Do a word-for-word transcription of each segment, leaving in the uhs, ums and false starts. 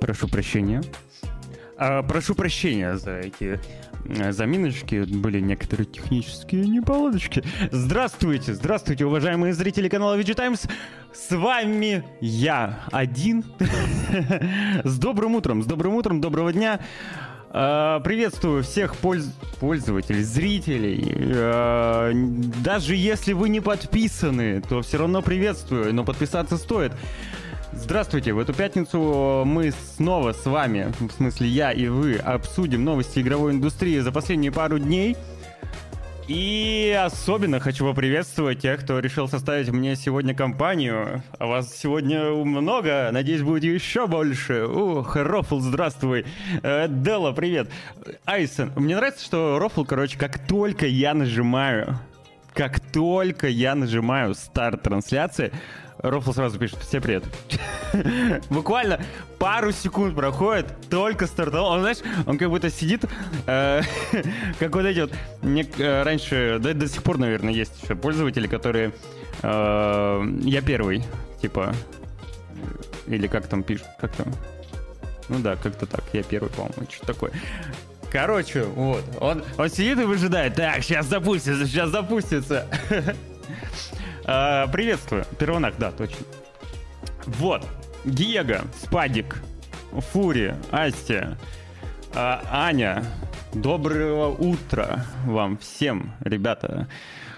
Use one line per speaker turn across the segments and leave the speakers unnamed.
Прошу прощения. А, прошу прощения за эти заминочки, были некоторые технические неполадочки. Здравствуйте, здравствуйте, уважаемые зрители канала ви джи Times. С вами я один. С добрым утром, с добрым утром, доброго дня. Приветствую всех польз... пользователей, зрителей. Даже если вы не подписаны, то все равно приветствую, но подписаться стоит. Здравствуйте, в эту пятницу мы снова с вами, в смысле я и вы, обсудим новости игровой индустрии за последние пару дней. И особенно хочу поприветствовать тех, кто решил составить мне сегодня компанию. А вас сегодня много, надеюсь, будет еще больше. Ух, Рофл, здравствуй. Э, Делла, привет. Айсон, мне нравится, что Рофл, короче, как только я нажимаю, как только я нажимаю старт трансляции, Рофл сразу пишет: всем привет. Буквально пару секунд проходит, только стартовал. Он, знаешь, он как будто сидит, э, как вот эти вот... Мне э, раньше, да до сих пор, наверное, есть еще пользователи, которые... Э, я первый, типа... Или как там пишут, как там... Ну да, как-то так, я первый, по-моему, что-то такое. Короче, вот, он, он сидит и выжидает. Так, сейчас запустится, сейчас запустится. Uh, приветствую. Первонак, да, точно. Вот. Диего, Спадик, Фури, Астя, uh, Аня. Доброго утра вам всем, ребята.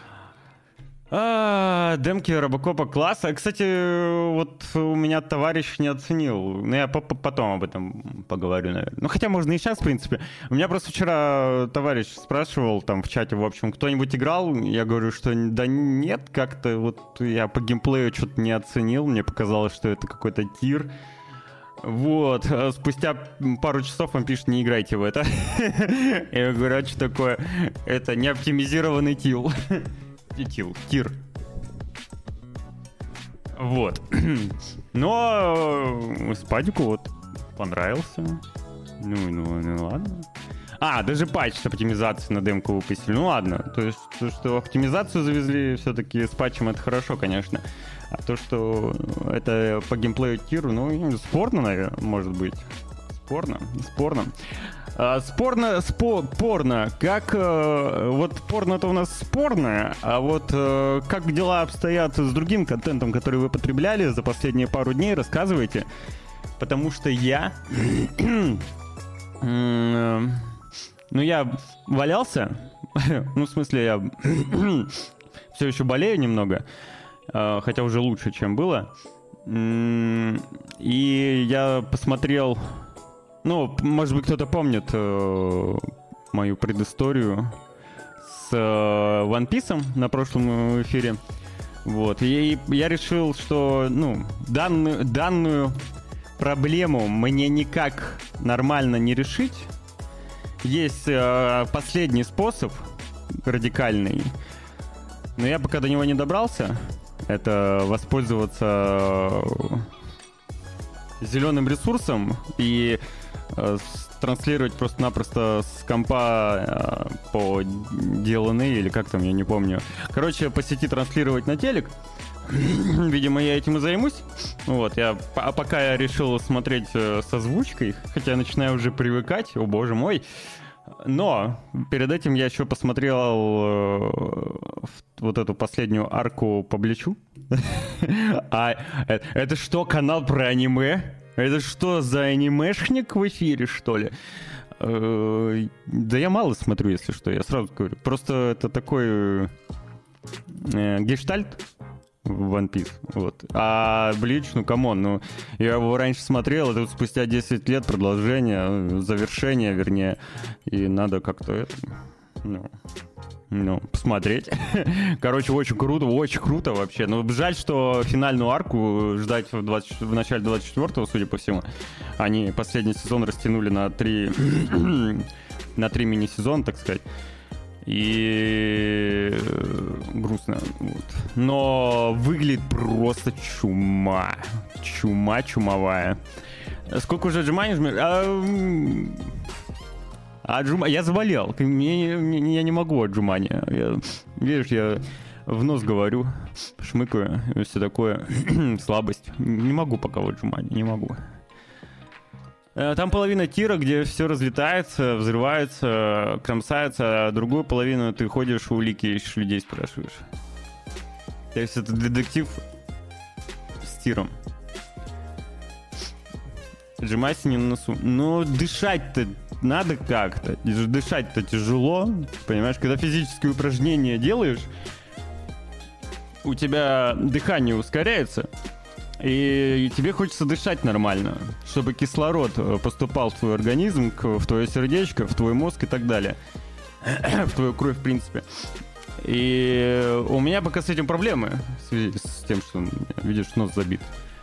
А, демки Робокопа класса. Кстати, вот у меня товарищ не оценил. Но я потом об этом поговорю, наверное. Ну, хотя можно и сейчас, в принципе. У меня просто вчера товарищ спрашивал там в чате, в общем, кто-нибудь играл? Я говорю, что да нет, как-то вот я по геймплею что-то не оценил. Мне показалось, что это какой-то тир. Вот. А спустя пару часов он пишет: не играйте в это. Я говорю: а что такое? Это не оптимизированный тил. Тил, тир. Вот. Но Спадику вот понравился. Ну, ну, ну ладно. А, даже патч с оптимизацией на демку выпустили. Ну ладно. То есть, то, что оптимизацию завезли все-таки с патчем, это хорошо, конечно. А то, что это по геймплею тиру, ну, спорно, наверное, может быть. Спорно, спорно. А, спорно, спо, порно. Как, э, вот порно-то у нас спорное, а вот э, как дела обстоят с другим контентом, который вы потребляли за последние пару дней, рассказывайте. Потому что я... ну, я валялся. Ну, в смысле, я все еще болею немного. Хотя уже лучше, чем было. И я посмотрел... Ну, может быть, кто-то помнит э, мою предысторию с э, One Piece на прошлом эфире. Вот. И я решил, что, ну, данную, данную проблему мне никак нормально не решить. Есть э, последний способ, радикальный, но я пока до него не добрался. Это воспользоваться зеленым ресурсом и транслировать просто-напросто с компа по ди эл эн эй или как там, я не помню. Короче, по сети транслировать на телек. Видимо, я этим и займусь. Вот, я, а пока я решил смотреть с озвучкой, хотя я начинаю уже привыкать, о боже мой. Но перед этим я еще посмотрел э, вот эту последнюю арку по Бличу. А это что, канал про аниме? Это что, за анимешник в эфире, что ли? Э, да я мало смотрю, если что, я сразу говорю. Просто это такой э, гештальт в One Piece. Вот. А Блич, ну камон, ну я его раньше смотрел, это вот спустя десять лет продолжение, завершение, вернее. И надо как-то это... Ну... Ну, посмотреть. Короче, очень круто, очень круто вообще. Но жаль, что финальную арку ждать в, двадцать, в начале двадцать четвёртого, судя по всему. Они последний сезон растянули на три на три мини-сезона, так сказать. И грустно. Вот. Но выглядит просто чума. Чума чумовая. Сколько уже отжиманий? А... А отжума... Я заболел. Мне, мне, я не могу отжимания. Я, видишь, я в нос говорю, шмыкаю, и все такое. Слабость. Не могу пока в отжимания, не могу. Там половина тира, где все разлетается, взрывается, кромсается, а другую половину ты ходишь, улики ищешь, людей спрашиваешь. То есть это детектив с тиром. Сжимайся не на носу. Но дышать-то надо как-то. Дышать-то тяжело. Понимаешь, когда физические упражнения делаешь, у тебя дыхание ускоряется, и тебе хочется дышать нормально, чтобы кислород поступал в твой организм, в твое сердечко, в твой мозг и так далее. В твою кровь, в принципе. И у меня пока с этим проблемы, в связи с тем, что, видишь, нос забит.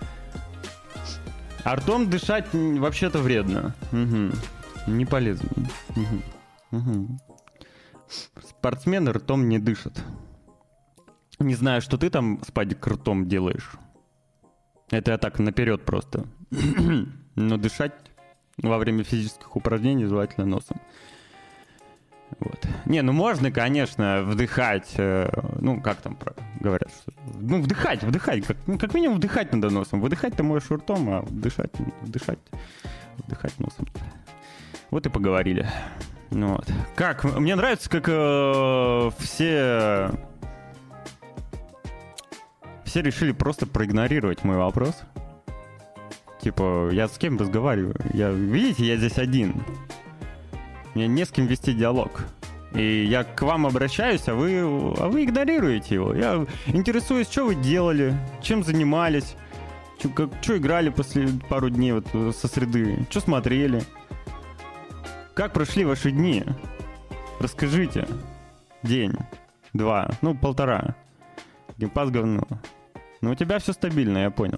А ртом дышать вообще-то вредно. Угу. Не полезно. Угу. Угу. Спортсмены ртом не дышат. Не знаю, что ты там, Спадик, ртом делаешь. Это я так наперед просто. Но дышать во время физических упражнений желательно носом. Вот. Не, ну можно, конечно, вдыхать. Э, ну, как там про, говорят? Что, ну, вдыхать, вдыхать. Как, ну, как минимум вдыхать надо носом. Выдыхать ты можешь ртом, а дышать, дышать, вдыхать носом. Вот и поговорили. Ну, вот. Как? Мне нравится, как э, все... Все решили просто проигнорировать мой вопрос. Типа, я с кем разговариваю? Я, видите, я здесь один. Мне не с кем вести диалог. И я к вам обращаюсь, а вы, а вы игнорируете его. Я интересуюсь, что вы делали, чем занимались, что, как, что играли после пару дней вот, со среды, что смотрели. Как прошли ваши дни? Расскажите. День, два, ну полтора. Геймпас говно. Ну у тебя все стабильно, я понял.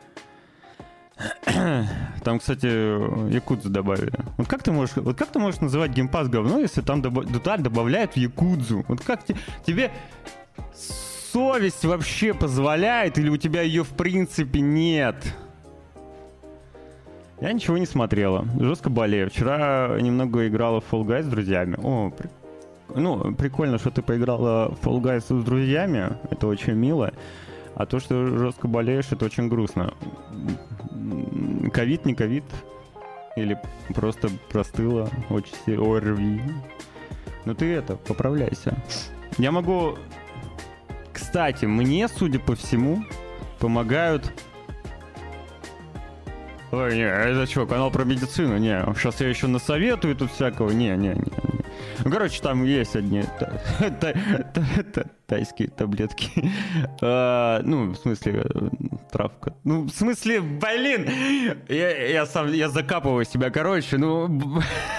Там, кстати, якудзу добавили. Вот как ты можешь, вот как ты можешь называть геймпас говно, если там добав, туда добавляют якудзу? Вот как те, тебе совесть вообще позволяет, или у тебя ее в принципе нет? Я ничего не смотрела. Жестко болею. Вчера немного играла в Fall Guys с друзьями. О, при... ну, прикольно, что ты поиграла в Fall Guys с друзьями. Это очень мило. А то, что жестко болеешь, это очень грустно. Ковид, не ковид. Или просто простыла. Очень сильно. ОРВИ. Ну ты это, поправляйся. Я могу... Кстати, мне, судя по всему, помогают... Ой, не, это что, канал про медицину? Не, сейчас я еще насоветую тут всякого. Не, не, не. не. Ну, короче, там есть одни та, та, та, та, тайские таблетки. А, ну, в смысле, травка. Ну, в смысле, блин! Я, я сам, я закапываю себя, короче, ну...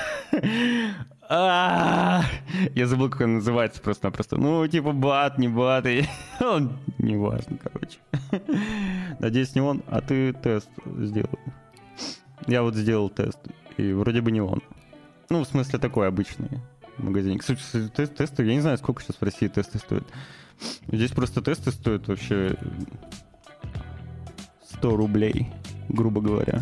Я забыл, как он называется просто-напросто. Ну, типа, бат, не бат. Неважно, короче. Надеюсь, не он, а ты тест сделал. Я вот сделал тест, и вроде бы не он. Ну, в смысле, такой обычный магазин. Кстати, тест, тесты, я не знаю, сколько сейчас в России тесты стоят. Здесь просто тесты стоят вообще сто рублей, грубо говоря.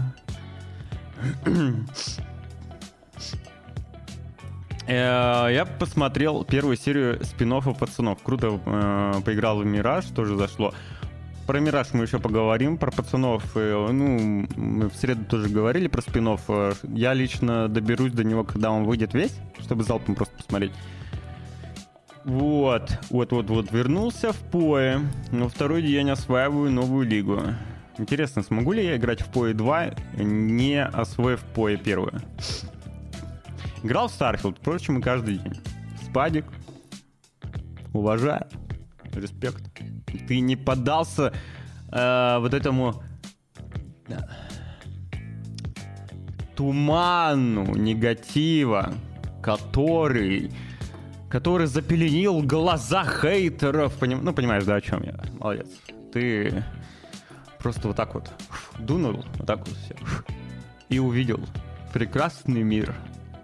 Я посмотрел первую серию спин-оффа «Пацанов». Круто э, поиграл в «Мираж», тоже зашло. Про «Мираж» мы еще поговорим, про «Пацанов». Э, ну, мы в среду тоже говорили про спин-офф. Я лично доберусь до него, когда он выйдет весь, чтобы залпом просто посмотреть. Вот, вот-вот-вот, вернулся в ПОЭ. Но второй день осваиваю новую лигу. Интересно, смогу ли я играть в ПОЭ два, не освоив ПОЭ первую? Играл в Starfield, впрочем, и каждый день. Спадик. Уважаю. Респект. Ты не поддался э, вот этому туману негатива, который, который запеленил глаза хейтеров. Поним... Ну, понимаешь, да, о чем я? Молодец. Ты просто вот так вот дунул, вот так вот все, и увидел прекрасный мир.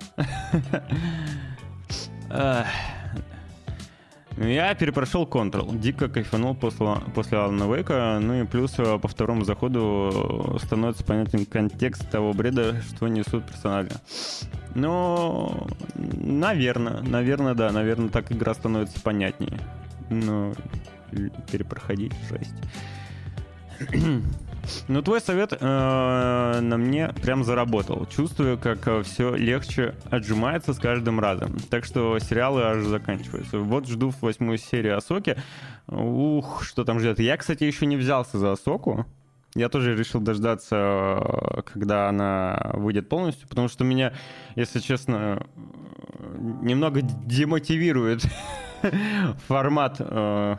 Я перепрошел Control, дико кайфанул после, после Alan Wake, ну и плюс по второму заходу становится понятен контекст того бреда, что несут персонажи. Ну, наверное, наверное, да, наверное, так игра становится понятнее. Но перепроходить жесть. Ну, твой совет э, на мне прям заработал. Чувствую, как э, все легче отжимается с каждым разом. Так что сериалы аж заканчиваются. Вот жду восьмую серию Асоки. Ух, что там ждет. Я, кстати, еще не взялся за Асоку. Я тоже решил дождаться, когда она выйдет полностью, потому что меня, если честно, немного демотивирует формат э,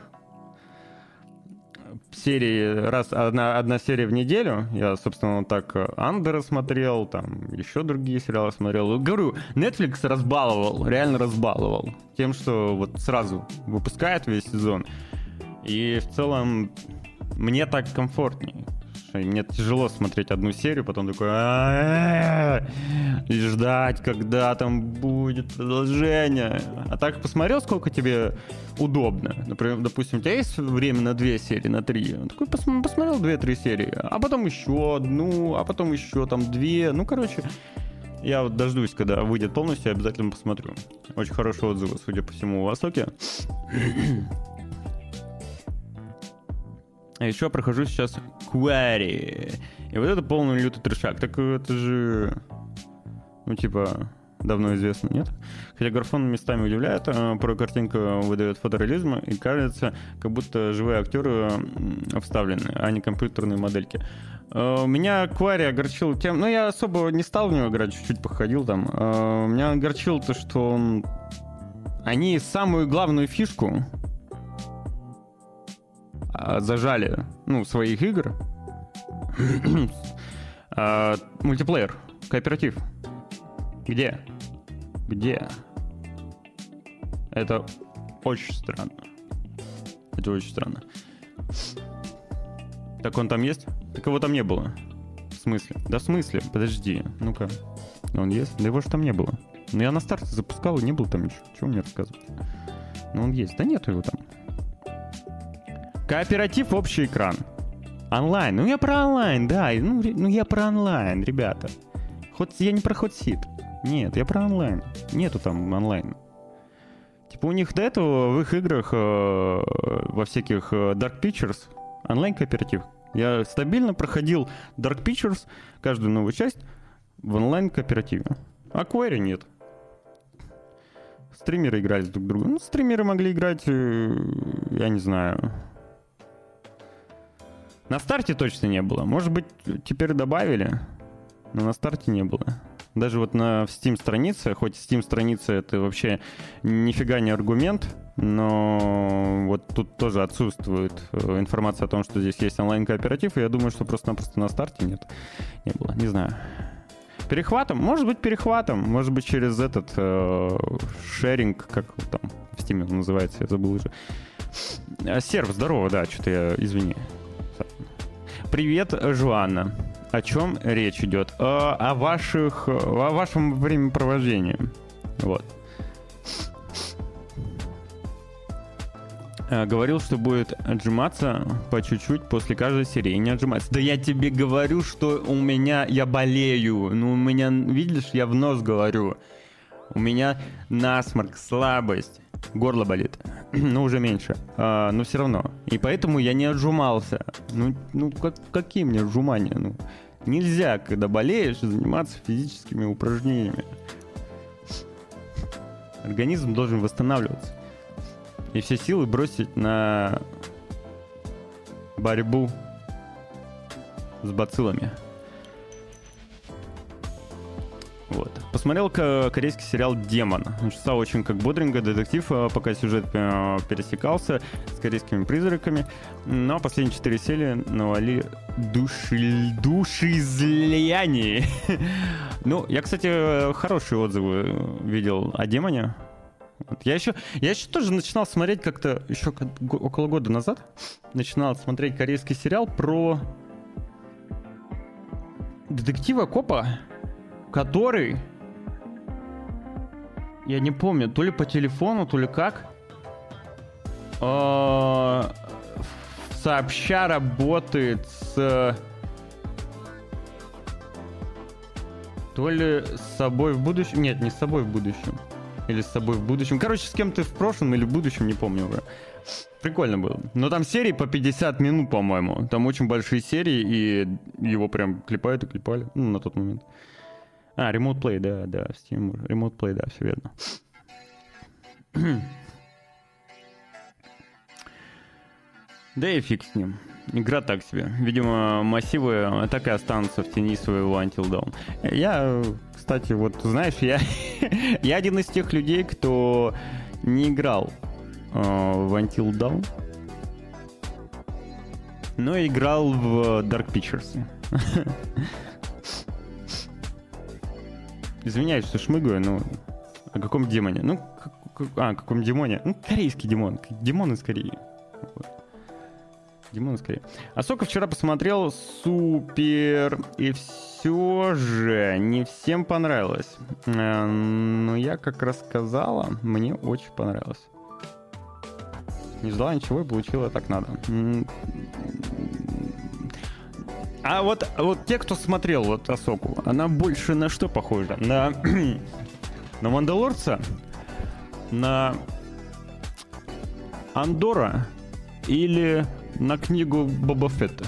серии, раз одна, одна серия в неделю. Я, собственно, вот так Андера смотрел, там еще другие сериалы смотрел. Говорю, Netflix разбаловал, реально разбаловал тем, что вот сразу выпускает весь сезон. И в целом мне так комфортнее. Мне тяжело смотреть одну серию, потом такой и ждать, когда там будет продолжение. А так посмотрел, сколько тебе удобно. Например, допустим, у тебя есть время на две серии, на три. Такой посмотрел две-три серии, а потом еще одну, а потом еще там две. Ну, короче, я вот дождусь, когда выйдет полностью, обязательно посмотрю. Очень хорошие отзывы, судя по всему, у Востоке. А еще я прохожу сейчас Query. И вот это полный лютый трешак. Так это же, ну, типа, давно известно, нет? Хотя графон местами удивляет, про картинку выдает фотореализм, и кажется, как будто живые актеры вставлены, а не компьютерные модельки. Меня Query огорчил тем... Ну, я особо не стал в него играть, чуть-чуть походил там. Меня огорчил то, что он... Они самую главную фишку зажали, ну, своих игр. а, мультиплеер, кооператив. Где? Где? Это очень странно. Это очень странно. Так он там есть? Так его там не было. В смысле? Да в смысле? Подожди. Ну-ка. Он есть? Да его же там не было. Ну я на старте запускал, и не было там ничего. Чего мне рассказывать? Ну он есть. Да нету его там. Кооператив, общий экран. Онлайн. Ну я про онлайн, да. Ну, ну я про онлайн, ребята. Хоть я не про хотсит. Нет, я про онлайн. Нету там онлайн. Типа у них до этого в их играх э, во всяких э, Dark Pictures онлайн кооператив. Я стабильно проходил Dark Pictures, каждую новую часть, в онлайн кооперативе. А Query нет. Стримеры играли друг друга. Ну, стримеры могли играть, э, я не знаю. На старте точно не было. Может быть, теперь добавили, но на старте не было. Даже вот на Steam странице, хоть Steam страница это вообще нифига не аргумент, но вот тут тоже отсутствует информация о том, что здесь есть онлайн-кооператив, и я думаю, что просто-напросто на старте нет. Не было, не знаю. Перехватом? Может быть, перехватом. Может быть, через этот э, шеринг, как там в Steam называется, я забыл уже. Серв, здорово, да, что-то я, извини. Привет, Жуанна. О чем речь идет? О, о ваших, о вашем времяпровождении. Вот. Говорил, что будет отжиматься по чуть-чуть после каждой серии. Не отжиматься. Да я тебе говорю, что у меня... Я болею. Ну, у меня... Видишь, я в нос говорю. У меня насморк, слабость. Горло болит. Но уже меньше. А, но все равно. И поэтому я не отжимался. Ну, ну как, какие мне отжимания? Ну, нельзя, когда болеешь, заниматься физическими упражнениями. Организм должен восстанавливаться. И все силы бросить на борьбу с бациллами. Вот. Посмотрел корейский сериал «Демон». Читал очень как бодренько, детектив, пока сюжет пересекался с корейскими призраками. Но последние четыре серии навали души... душеизлияний. Ну, я, кстати, хорошие отзывы видел о «Демоне». Вот. Я еще, я еще тоже начинал смотреть как-то еще около года назад. Начинал смотреть корейский сериал про детектива-копа, который, я не помню, то ли по телефону, то ли как, сообща работает с... То ли с собой в будущем... Нет, не с собой в будущем. Или с собой в будущем. Короче, с кем-то в прошлом или в будущем, не помню уже. Прикольно было. Но там серии по пятьдесят минут, по-моему. Там очень большие серии, и его прям клепают и клепали. Ну, на тот момент. А, Remote Play, да, да, Steam. Remote Play, да, все верно. Да и фиг с ним. Игра так себе. Видимо, массивы так и останутся в тени своего Until Dawn. Я, кстати, вот, знаешь, я, я один из тех людей, кто не играл uh, в Until Dawn, но играл в Dark Pictures. Извиняюсь, что шмыгаю, но о каком демоне? Ну, а, о каком демоне? Ну, корейский демон. Демон из Кореи. Вот. Демон из Кореи. А Сока вчера посмотрел, супер. И все же не всем понравилось. Но я, как рассказала, мне очень понравилось. Не ждала ничего и получила так надо. А вот, вот те, кто смотрел вот Асоку, она больше на что похожа? На, на Мандалорца? На Андора? Или на книгу Боба Фетта?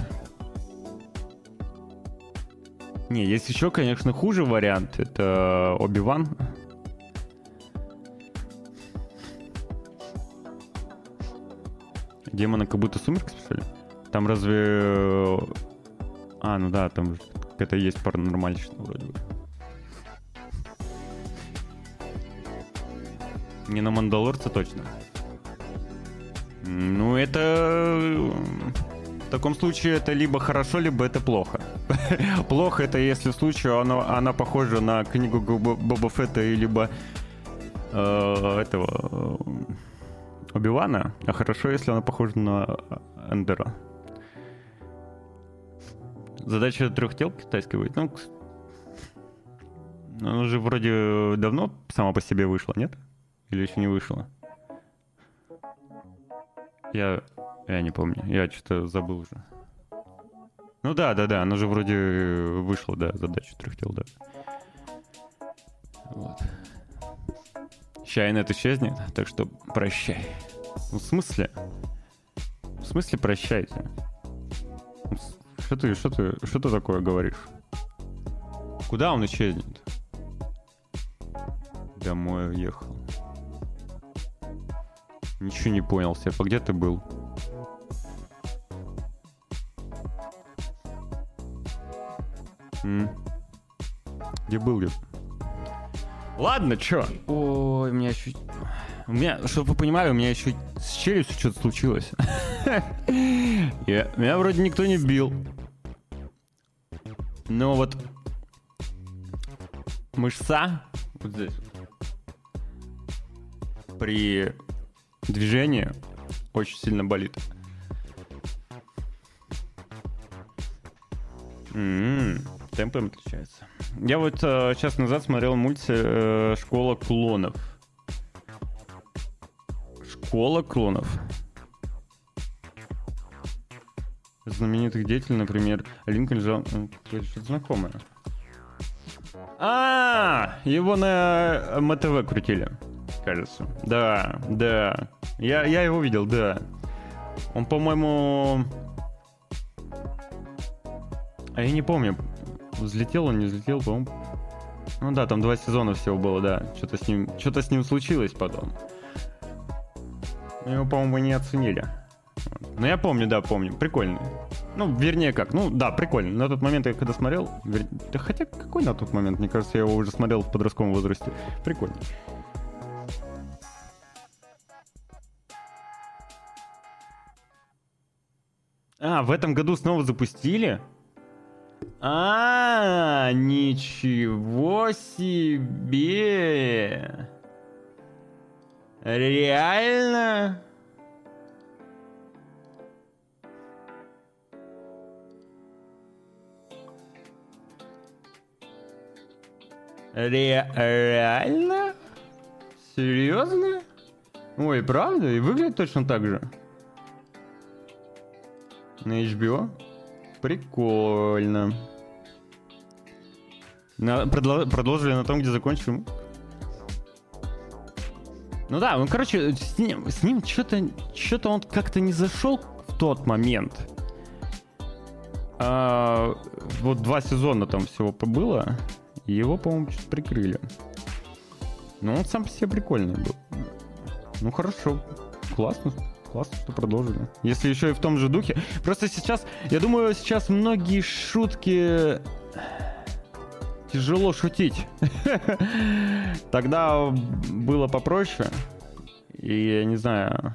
Не, есть еще, конечно, хуже вариант. Это Оби-Ван. Демоны как будто сумерки списали. Там разве... А, ну да, там это есть паранормальщина вроде бы. Не на Мандалорца точно. Ну, это... В таком случае это либо хорошо, либо это плохо. Плохо это если в случае она, она похожа на книгу Боба Фетта, либо э, этого э, Оби-Вана, а хорошо, если она похожа на Эндера. Задача трех тел китайской будет. Ну, она уже вроде давно сама по себе вышла, нет? Или еще не вышла? Я, я не помню. Я что-то забыл уже. Ну да, да, да. Она же вроде вышла, да, задача трех тел, да. Вот. Ща инет исчезнет, так что прощай. Ну, в смысле? В смысле прощайте? Что ты, что ты, что ты такое говоришь? Куда он исчезнет? Домой уехал. Ничего не понял, Сеф, а где ты был? М? Где был я? Ладно, чё? Ой, у меня еще... У меня, чтобы вы понимали, у меня еще с челюстью что-то случилось. Я, меня вроде никто не бил. Но вот мышца вот здесь при движении очень сильно болит. М-м-м, темпом отличается. Я вот э, час назад смотрел мультик э, «Школа клонов». Школа клонов. Знаменитых деятелей, например, Линкольн Джон... Что-то знакомое. А, его на МТВ крутили, кажется. Да, да. Я, я его видел, да. Он, по-моему... А я не помню, взлетел он, не взлетел, по-моему. Ну да, там два сезона всего было, да. Что-то с ним, что-то с ним случилось потом. Его, по-моему, не оценили. Но я помню, да, помню. Прикольно. Ну, вернее как. Ну, да, прикольно. На тот момент я когда смотрел... Вер... Да хотя какой на тот момент? Мне кажется, я его уже смотрел в подростковом возрасте. Прикольно. А, в этом году снова запустили? А, ничего себе! Реально? Ре- реально? Серьезно? Ой, правда? И выглядит точно так же. На эйч би о? Прикольно. На, продол- продолжили на том, где закончили. Ну да, ну короче, с ним, с ним что-то, что-то он как-то не зашел в тот момент. А, вот два сезона там всего побыло, и его, по-моему, чуть прикрыли. Но он сам по себе прикольный был. Ну хорошо, классно, классно, что продолжили. Если еще и в том же духе. Просто сейчас, я думаю, сейчас многие шутки тяжело шутить. Тогда было попроще. И я не знаю.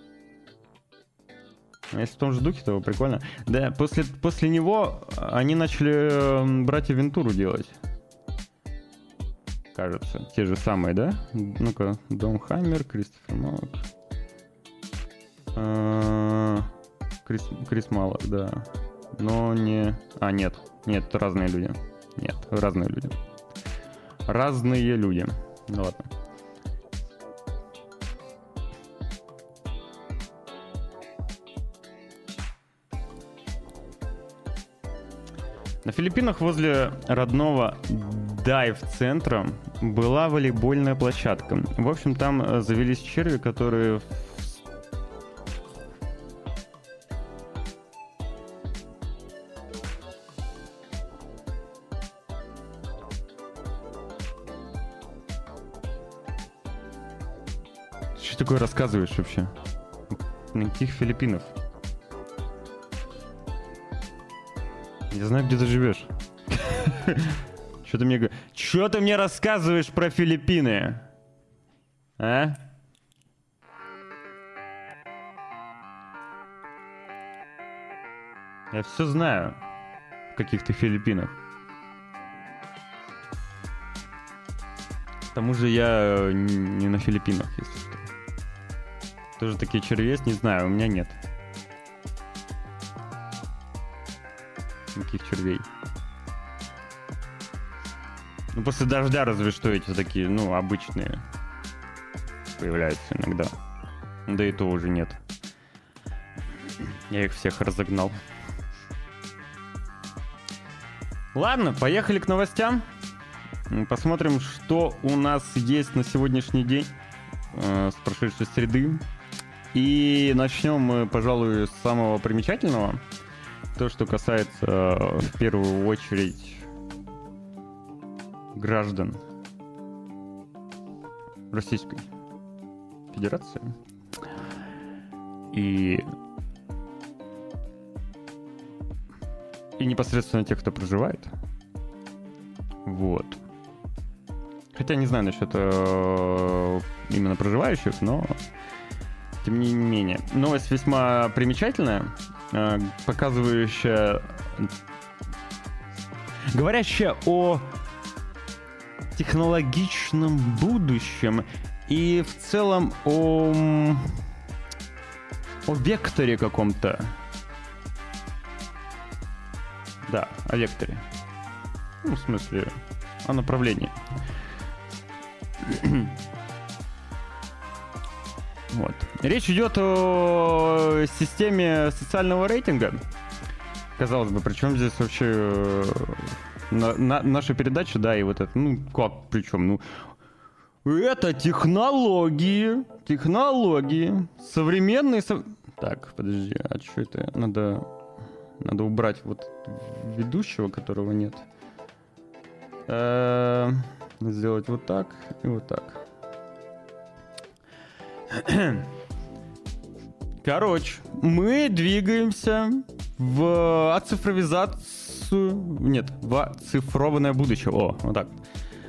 Если в том же духе, то прикольно. Да, после, после него они начали братья Вентуру делать. Кажется, те же самые, да? Ну-ка, Дом Хаммер, Кристофер Маллок. А, Крис, Крис Маллок, да. Но не... А, нет. Нет, это разные люди. Нет, разные люди. Разные люди. Ну ладно. На Филиппинах возле родного дайв-центра была волейбольная площадка. В общем, там завелись черви, которые... Что такое рассказываешь вообще? На каких Филиппинах? Я знаю, где ты живешь. Что ты мне... Что ты мне рассказываешь про Филиппины? А? Я все знаю. В каких ты Филиппинах. К тому же я не на Филиппинах, если что. Тоже такие черви есть, не знаю, у меня нет. Никаких червей. Ну, после дождя разве что эти такие, ну, обычные появляются иногда. Да и то уже нет. Я их всех разогнал. Ладно, поехали к новостям. Посмотрим, что у нас есть на сегодняшний день э, с прошедшей среды. И начнем мы, пожалуй, с самого примечательного. То, что касается э, в первую очередь граждан Российской Федерации и, и непосредственно тех, кто проживает. Вот. Хотя не знаю насчет э, именно проживающих, но тем не менее. Новость весьма примечательная, э, показывающая, говорящая о технологичном будущем и в целом о, о векторе каком-то. Да, о векторе. Ну, в смысле, о направлении. Вот. Речь идет о системе социального рейтинга. Казалось бы, причем здесь вообще на, на, наша передача, да, и вот это, ну как, причем, ну, это технологии, технологии, современные... Со... Так, подожди, а что это? Надо, надо убрать вот ведущего, которого нет. Э-э- сделать вот так и вот так. Короче, мы двигаемся в оцифровизацию... Нет, в оцифрованное будущее. О, вот так.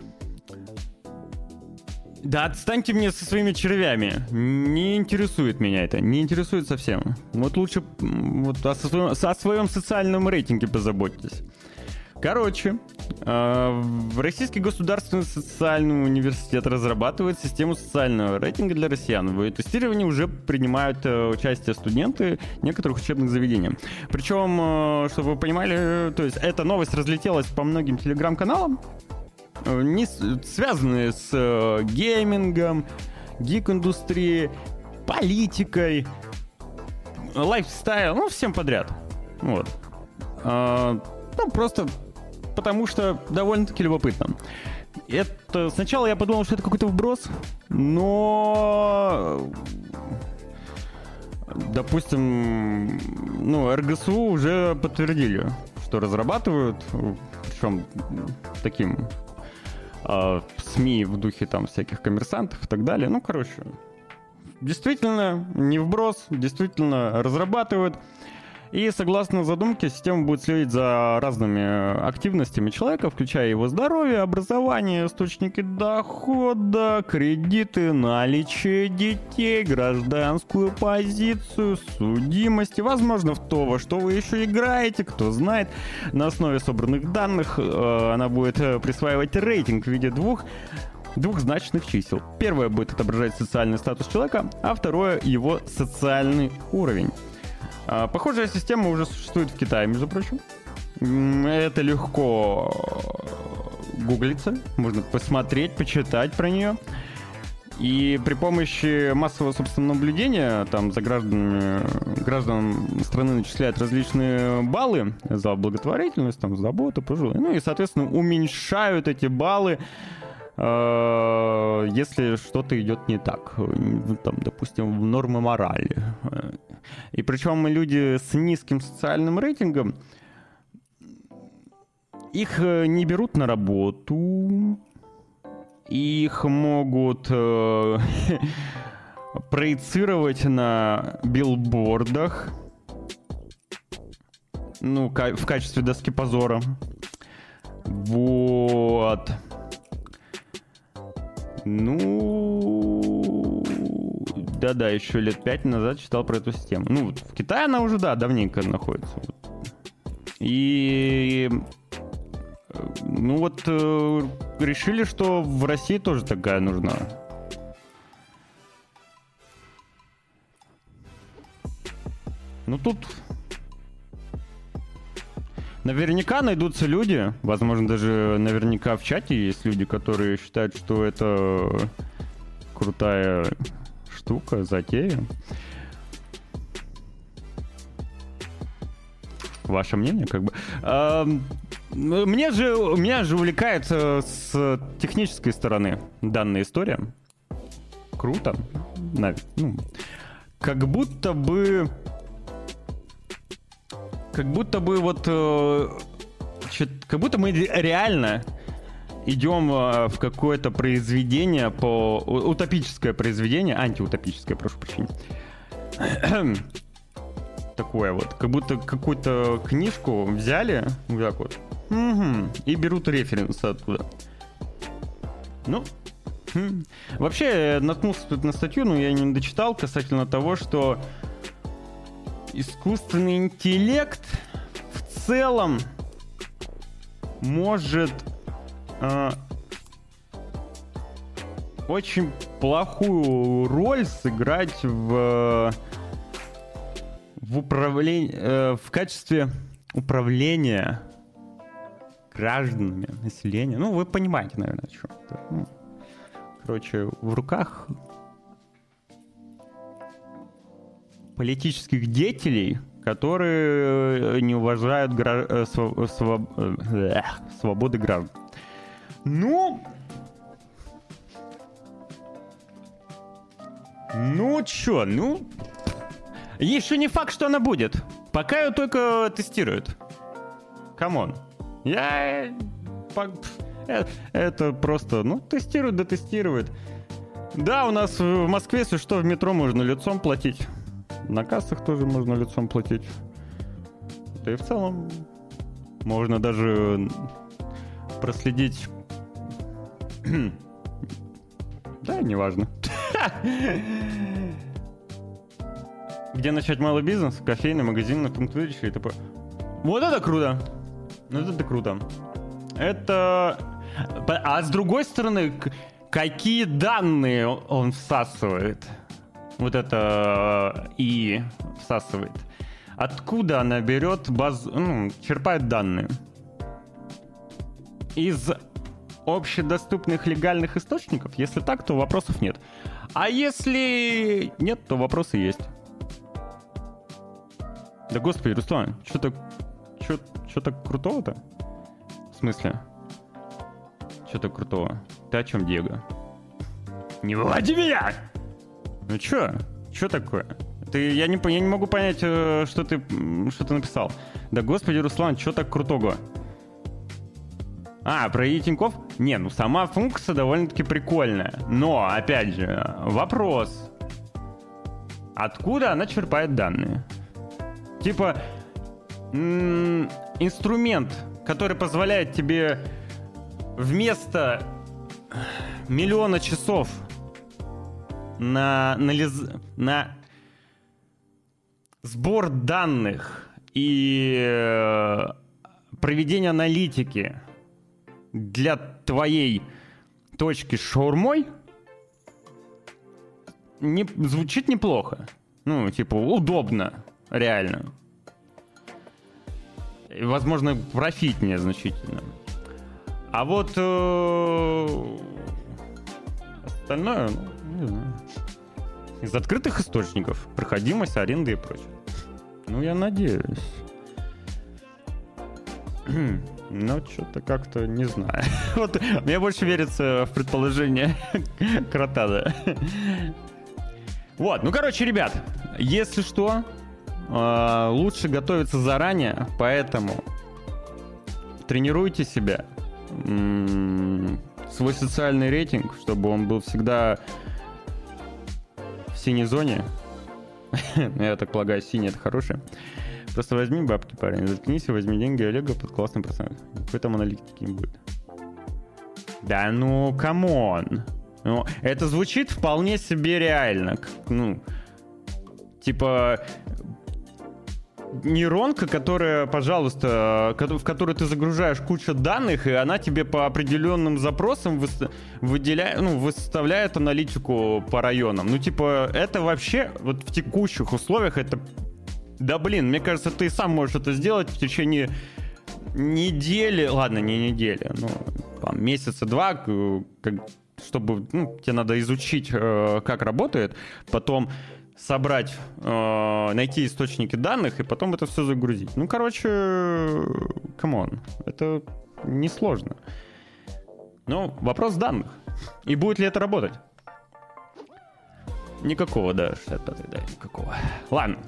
Да отстаньте мне со своими червями. Не интересует меня это. Не интересует совсем. Вот лучше вот о, своем, о своем социальном рейтинге позаботьтесь. Короче, Российский государственный социальный университет разрабатывает систему социального рейтинга для россиян. В ее тестировании уже принимают участие студенты некоторых учебных заведений. Причем, чтобы вы понимали, то есть эта новость разлетелась по многим телеграм-каналам, не связанные с геймингом, гик-индустрией, политикой, лайфстайл, ну, всем подряд. Вот. Ну, просто потому что довольно-таки любопытно. Это... Сначала я подумал, что это какой-то вброс, Но, допустим, ну, эр гэ эс у уже подтвердили, что разрабатывают, причем таким э, СМИ в духе там всяких коммерсантов и так далее. Ну, короче, действительно, не вброс, действительно разрабатывают. И согласно задумке, система будет следить за разными активностями человека, включая его здоровье, образование, источники дохода, кредиты, наличие детей, гражданскую позицию, судимость и, возможно, в то, во что вы еще играете, кто знает. На основе собранных данных э, она будет присваивать рейтинг в виде двух двухзначных чисел. Первое будет отображать социальный статус человека, а второе — его социальный уровень. Похожая система уже существует в Китае, между прочим. Это легко гуглится, можно посмотреть, почитать про нее. И при помощи массового собственного наблюдения там за гражданами, гражданам страны начисляют различные баллы за благотворительность, там, за заботу, пожилые. Ну и, соответственно, уменьшают эти баллы, если что-то идет не так, там, допустим, в нормы морали. И причем люди с низким социальным рейтингом, их не берут на работу, их могут э, проецировать на билбордах, ну, в качестве доски позора. Вот. Ну, да-да, еще лет пять назад читал про эту систему. Ну, в Китае она уже, да, давненько находится. И, ну вот, э, решили, что в России тоже такая нужна. Ну, тут наверняка найдутся люди, возможно, даже наверняка в чате есть люди, которые считают, что это крутая штука, затея. Ваше мнение, как бы. А, мне же, меня же увлекает с технической стороны данная история. Круто. Ну, как будто бы... Как будто бы вот... Как будто мы реально идем в какое-то произведение по... Утопическое произведение, антиутопическое, прошу прощения. Такое вот. Как будто какую-то книжку взяли, вот так вот, угу, и берут референсы оттуда. Ну, хм. Вообще, я наткнулся тут на статью, но я не дочитал, касательно того, что искусственный интеллект в целом может э, очень плохую роль сыграть в, в управлении, э, в качестве управления гражданами, населением. Ну, вы понимаете, наверное, что. Ну, короче, в руках политических деятелей, которые не уважают гра... своб... Своб... свободы граждан. Ну, ну чё, ну, еще не факт, что она будет. Пока ее только тестируют. Камон. Я... Это просто, ну, тестируют, да тестируют. Да, у нас в Москве, если что, в метро можно лицом платить. На кассах тоже можно лицом платить. Да и в целом можно даже проследить... Да, неважно. Где начать малый бизнес? Кофейный, магазин, пункт выдачи и т.п. Вот это круто! Вот это круто. Это... А с другой стороны, какие данные он всасывает? Вот это и всасывает. Откуда она берет базу, ну, черпает данные? Из общедоступных легальных источников? Если так, то вопросов нет. А если нет, то вопросы есть. Да господи, Руслан, что-то что-то крутого-то? В смысле? Что-то крутого? Ты о чем, Диего? Не выводи меня! Ну чё? Чё такое? Ты, я, не, я не могу понять, что ты, что ты написал. Да господи, Руслан, чё так крутого? А, про ИИ Тинькофф? Не, ну сама функция довольно-таки прикольная. Но, опять же, вопрос. Откуда она черпает данные? Типа, м- инструмент, который позволяет тебе вместо миллиона часов на, на, лиз... на сбор данных и проведение аналитики для твоей точки с шаурмой не, звучит неплохо. Ну, типа, удобно, реально. И, возможно, профитнее значительно. А вот э, остальное, ну, не знаю. Из открытых источников. Проходимость, аренда и прочее. Ну, я надеюсь. Ну, что-то как-то не знаю. Вот мне больше верится в предположение крота, да. Вот, ну, короче, ребят, если что, лучше готовиться заранее, поэтому тренируйте себя. Свой социальный рейтинг, чтобы он был всегда в синей зоне. Я так полагаю, синий — это хорошее. Просто возьми бабки, парень, заткнись и возьми деньги Олега под классный процент. Какой там аналитики не будет. Да ну, камон. Ну, это звучит вполне себе реально. Ну, типа, нейронка, которая, пожалуйста, в которую ты загружаешь кучу данных, и она тебе по определенным запросам выделяет, ну, выставляет аналитику по районам. Ну, типа, это вообще вот в текущих условиях это... Да блин, мне кажется, ты сам можешь это сделать в течение недели, ладно, не недели, ну, там, месяца-два, как, чтобы, ну, тебе надо изучить, э, как работает, потом собрать, э, найти источники данных и потом это все загрузить. Ну, короче, камон, это несложно. Ну, вопрос данных. И будет ли это работать? Никакого, да, шестьдесят пятый, да, никакого. Ладно.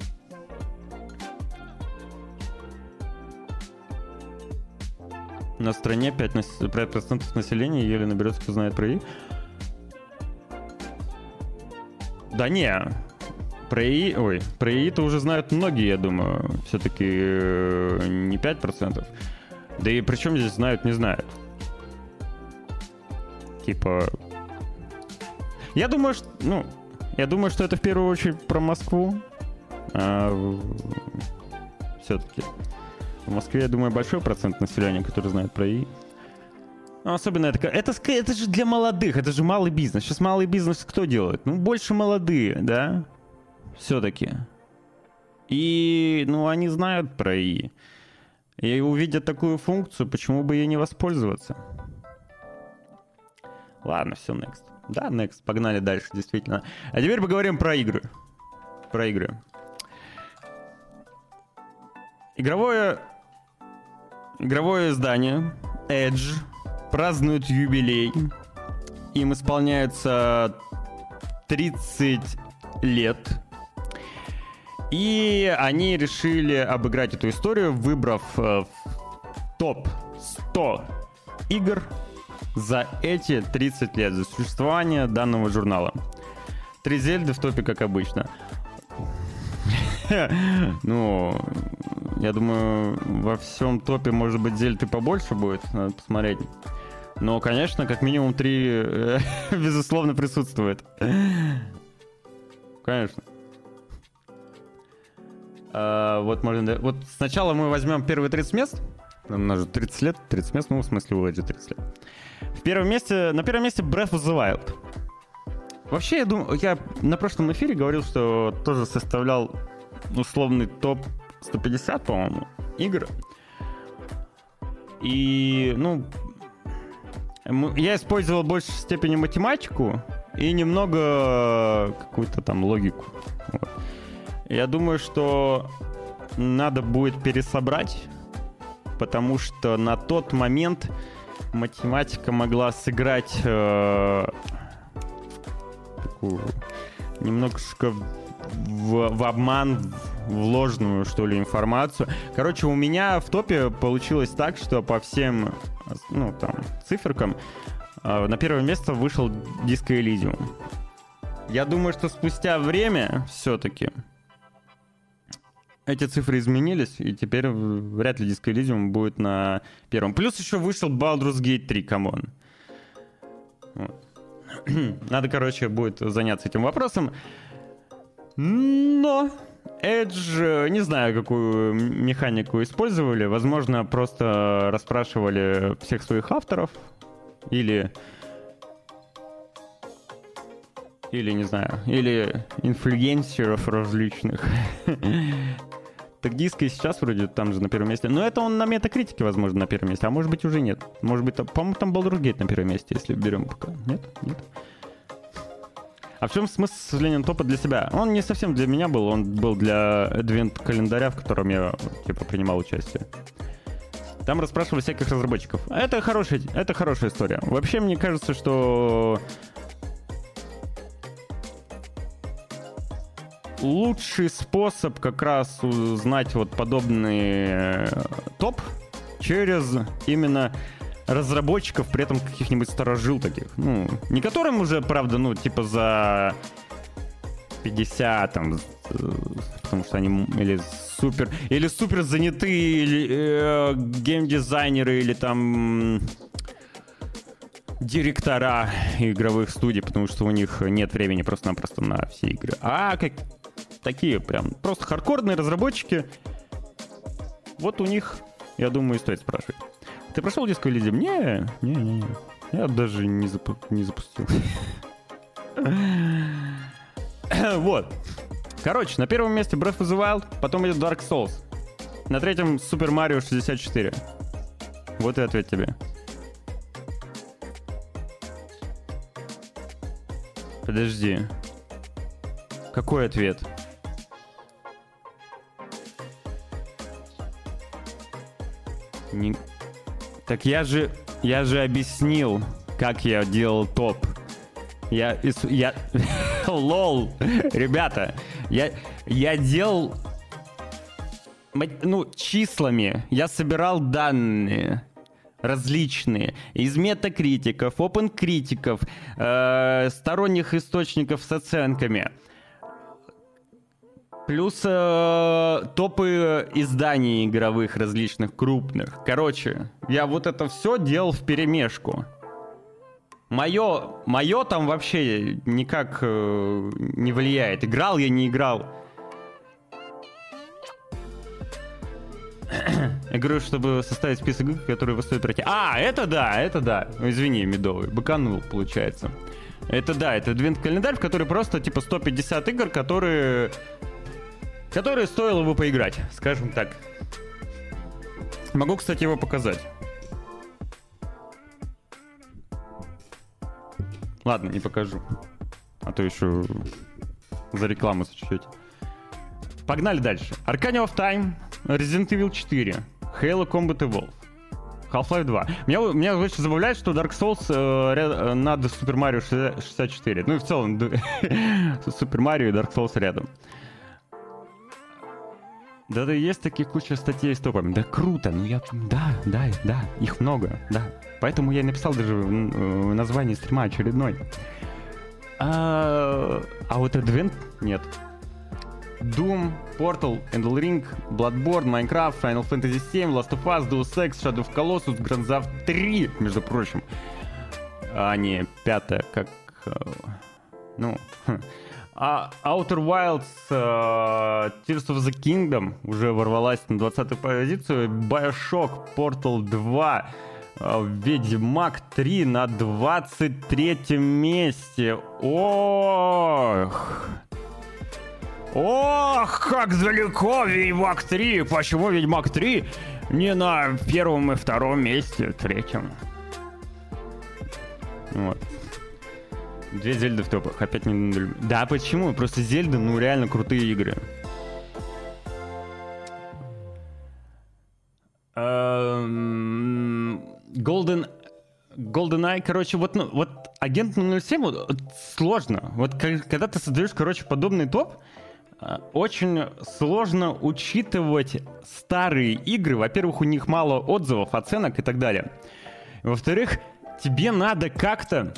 На стране пять процентов населения еле наберется, кто знает про ИИ. Да не, про ИИ, ой, про ИИ-то уже знают многие, я думаю. Все-таки не пять процентов. Да и причем здесь знают, не знают. Типа... Я думаю, что, ну, я думаю, что это в первую очередь про Москву. А, все-таки... В Москве, я думаю, большой процент населения, который знает про ИИ. Ну, особенно это, это... Это же для молодых, это же малый бизнес. Сейчас малый бизнес кто делает? Ну, больше молодые, да? Все-таки. И, ну, они знают про ИИ. И увидят такую функцию, почему бы ей не воспользоваться? Ладно, все, next. Да, next, погнали дальше, действительно. А теперь поговорим про игры. Про игры. Игровое... Игровое издание Edge празднует юбилей. Им исполняется тридцать лет. И они решили обыграть эту историю, выбрав э, топ сто игр за эти тридцать лет, за существование данного журнала. Три Зельды в топе, как обычно. Ну, я думаю, во всем топе, может быть, Зельды побольше будет, надо посмотреть. Но, конечно, как минимум три, безусловно, присутствует. Конечно. А, вот можно... Вот сначала мы возьмем первые тридцать мест. У нас же тридцать лет, тридцать мест, ну, в смысле, у Эджи тридцать лет. В первом месте, на первом месте Breath of the Wild. Вообще, я думаю, я на прошлом эфире говорил, что тоже составлял условный топ сто пятьдесят, по-моему, игр. И, ну, я использовал в большей степени математику и немного какую-то там логику. Вот. Я думаю, что надо будет пересобрать, потому что на тот момент математика могла сыграть э, такую немножко в, в обман, в ложную, что ли, информацию. Короче, у меня в топе получилось так, что по всем, ну, там, циферкам э, на первое место вышел Disco Elysium. Я думаю, что спустя время все-таки эти цифры изменились, и теперь вряд ли Disco Elysium будет на первом. Плюс еще вышел Baldur's Gate три, камон. Вот. Надо, короче, будет заняться этим вопросом. Но Edge, не знаю, какую механику использовали. Возможно, просто расспрашивали всех своих авторов. Или... Или, не знаю, или инфлюенсеров различных. Так Disco и сейчас вроде там же на первом месте. Но это он на Метакритике, возможно, на первом месте. А может быть, уже нет. Может быть, там, по-моему, там Baldur's Gate на первом месте, если берем пока. Нет? Нет? А в чем смысл составления топа для себя? Он не совсем для меня был, он был для адвент-календаря, в котором я, типа, принимал участие. Там расспрашивали всяких разработчиков. Это хорошая, это хорошая история. Вообще, мне кажется, что лучший способ как раз узнать вот подобный топ через именно разработчиков, при этом каких-нибудь старожил таких. Ну, не которым уже, правда, ну, типа за пятьдесят, там, потому что они или супер, или супер занятые или, э, геймдизайнеры, или там директора игровых студий, потому что у них нет времени просто-напросто на все игры. А как такие прям просто хардкорные разработчики, вот у них, я думаю, стоит спрашивать. Ты прошел Disco Elysium? Не, не, не, не. Я даже не, запу- не запустил. Вот. Короче, на первом месте Breath of the Wild, потом идет Dark Souls. На третьем Super Mario шестьдесят четыре. Вот и ответ тебе. Подожди. Какой ответ? Не... Так я же, я же объяснил, как я делал топ. Я, я, лол, ребята, я, я делал, ну, числами. Я собирал данные различные из метакритиков, опенкритиков, э, сторонних источников с оценками. Плюс э, топы изданий игровых различных, крупных. Короче, я вот это все делал вперемешку. Мое, мое там вообще никак э, не влияет. Играл я, не играл. Я говорю, чтобы составить список игр, которые вы стоит пройти. А, это да, это да. Извини, медовый, быканул, получается. Это да, это адвент-календарь, в который просто типа сто пятьдесят игр, которые... которые стоило бы поиграть, скажем так. Могу, кстати, его показать. Ладно, не покажу. А то еще за рекламу сочтете. Погнали дальше. Arcane of Time, Resident Evil четыре, Halo Combat Evolved, Half-Life два. Меня, меня очень забавляет, что Dark Souls э, ряд, над Super Mario шестьдесят четыре. Ну и в целом Super Mario и Dark Souls рядом. Да, да, есть такие куча статей с топами. Да круто, ну я... Да, да, да, их много, да. Поэтому я и написал даже в, в названии стрима очередной. А, а вот Advent нет. Doom, Portal, Elden Ring, Bloodborne, Minecraft, Final Fantasy семь, Last of Us, Deus Ex, Shadow of Colossus, Grand Theft три, между прочим. А не пятая, как... Ну... А Outer Wilds, uh, Tears of the Kingdom уже ворвалась на двадцатую позицию. Bioshock, Portal два, uh, Ведьмак три на двадцать третьем месте. Ох! Ох, как далеко Ведьмак три! Почему Ведьмак три не на первом и втором месте, третьем? Вот. Две Зельды в топах, опять не... Да, почему? Просто Зельды, ну, реально крутые игры. Golden... GoldenEye, короче, вот, ну, вот Агент ноль семь вот, сложно. Вот когда ты создаешь, короче, подобный топ, очень сложно учитывать старые игры. Во-первых, у них мало отзывов, оценок и так далее. Во-вторых, тебе надо как-то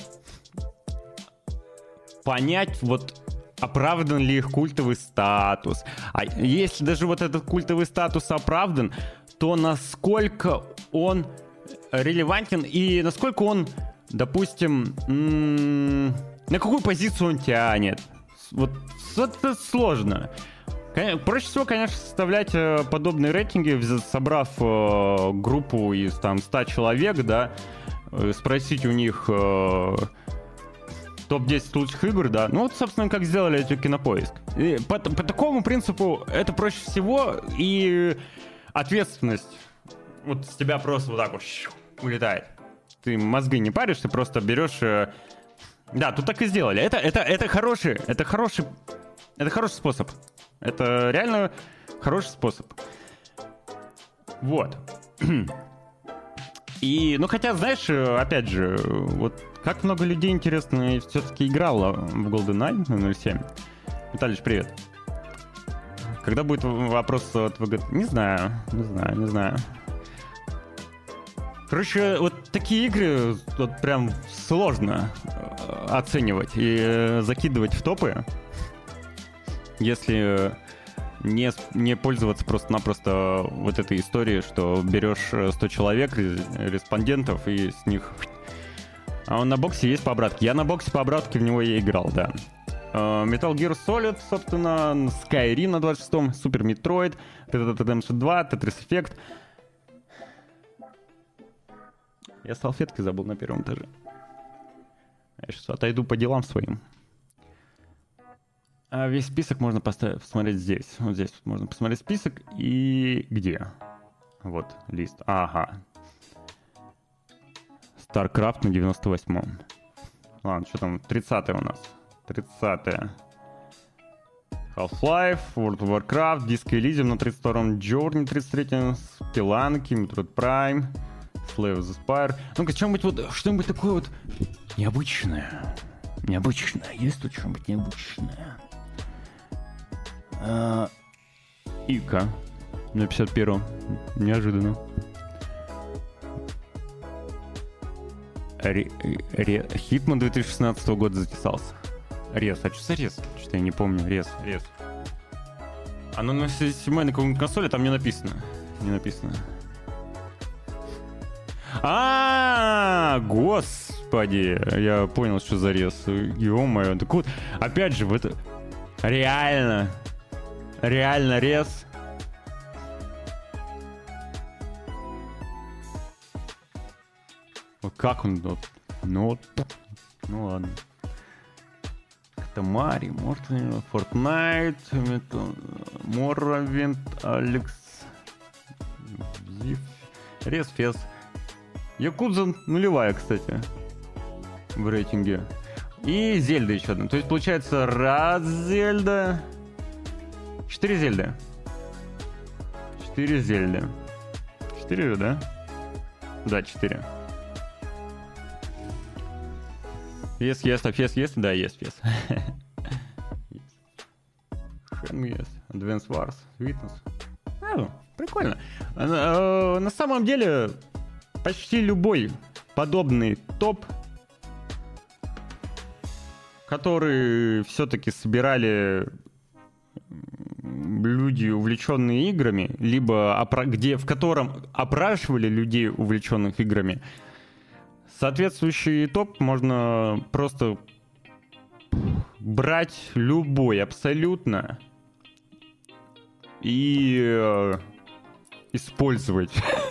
понять, вот оправдан ли их культовый статус. А если даже вот этот культовый статус оправдан, то насколько он релевантен и насколько он, допустим, м- на какую позицию он тянет. Вот это сложно. Проще всего, конечно, составлять подобные рейтинги, собрав э, группу из там ста человек, да, э, спросить у них э, топ десять лучших игр, да. Ну вот, собственно, как сделали эти Кинопоиск. И по, по такому принципу это проще всего, и ответственность вот с тебя просто вот так вот улетает. Ты мозги не паришь, ты просто берешь... Э, да, тут так и сделали. Это, это, это хороший, это хороший, это хороший способ. Это реально хороший способ. Вот. И, ну, хотя, знаешь, опять же, вот как много людей, интересно, все-таки играло в GoldenEye ноль семь. Виталич, привет. Когда будет вопрос от ВГ? Не знаю, не знаю, не знаю. Короче, вот такие игры вот прям сложно оценивать и закидывать в топы, если не, не пользоваться просто-напросто вот этой историей, что берешь сто человек, респондентов, и с них... А он на боксе есть по обратке. Я на боксе по обратке в него и играл, да. Metal Gear Solid, собственно, Skyrim на двадцать шестом, Super Metroid, Red Dead Redemption два, Tetris Effect. Я салфетки забыл на первом этаже. Я сейчас отойду по делам своим. А весь список можно поставить, посмотреть здесь. Вот здесь можно посмотреть список. И где? Вот лист. Ага. StarCraft на девяносто восьмом. Ладно, что там? тридцатое у нас. тридцатое. Half-Life, World of Warcraft, Disco Elysium на тридцать втором, Journey тридцать третьем, Spelunky, Metroid Prime, Slay of the Spire. Ну-ка, что-нибудь вот, что-нибудь такое вот необычное. Необычное. Есть тут что-нибудь необычное? А, Ика на пятьдесят первом. Неожиданно. Ре, ре, Хитман две тысячи шестнадцатого года затесался. Рез. А что за Рез? Что-то я не помню. Рез, Рез. Оно на седьмой на какой-нибудь консоли, там не написано. Не написано. А, господи, я понял, что за Рез. Ё-моё, так вот, опять же, в это реально, реально Рез. Вот как он, вот, ну, вот, ну ладно. Тамари, Мортон, Fortnite, Morrowind, Алекс, Зиф, Рез, Фес. Якудза нулевая, кстати, в рейтинге. И Зельда еще одна. То есть, получается, раз Зельда. Четыре Зельды. Четыре Зельды. Четыре, да? Да, четыре. Есть, есть, а фес есть? Да, есть фес. Шен есть. Advance Wars, Witness. А, прикольно. А, на самом деле, почти любой подобный топ, который все-таки собирали люди, увлеченные играми, либо опра- где, в котором опрашивали людей, увлеченных играми, соответствующий топ можно просто брать любой абсолютно и э, использовать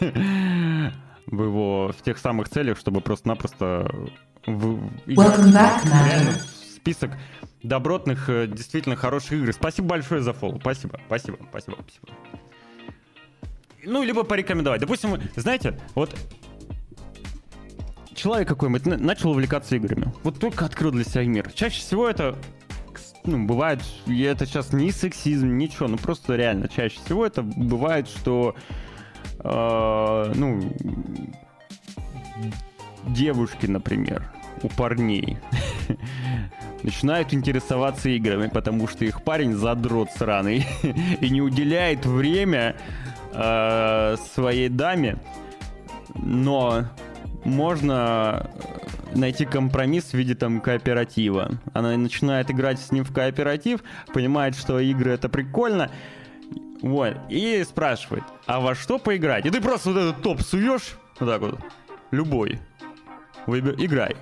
в его в тех самых целях, чтобы просто-напросто в, в список добротных, действительно хороших игр. Спасибо большое за фоллоу. Спасибо, спасибо, спасибо, спасибо. Ну, либо порекомендовать. Допустим, знаете, вот человек какой-нибудь начал увлекаться играми. Вот только открыл для себя мир. Чаще всего это, ну, бывает, и это сейчас не сексизм, ничего, ну просто реально, чаще всего это бывает, что, э, ну, девушки, например, у парней начинают интересоваться играми, потому что их парень задрот сраный и не уделяет время э, своей даме, но можно найти компромисс в виде там кооператива. Она начинает играть с ним в кооператив, понимает, что игры это прикольно, вот, и спрашивает, а во что поиграть? И ты просто вот этот топ суешь, вот так вот, любой, выбер, играй.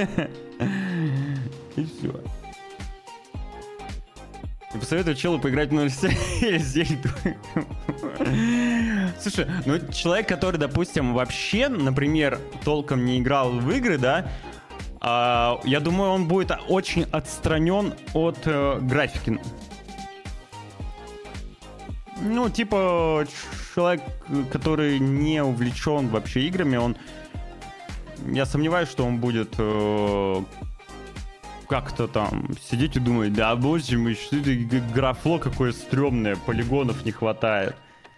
И все. И посоветую челу поиграть в ноль семь или Зельду. Слушай, ну человек, который, допустим, вообще, например, толком не играл в игры, да, а, я думаю, он будет очень отстранен от э, графики. Ну, типа, человек, который не увлечен вообще играми, он... Я сомневаюсь, что он будет... Э, как-то там сидеть и думать, да боже мой, что это графло какое стрёмное, полигонов не хватает.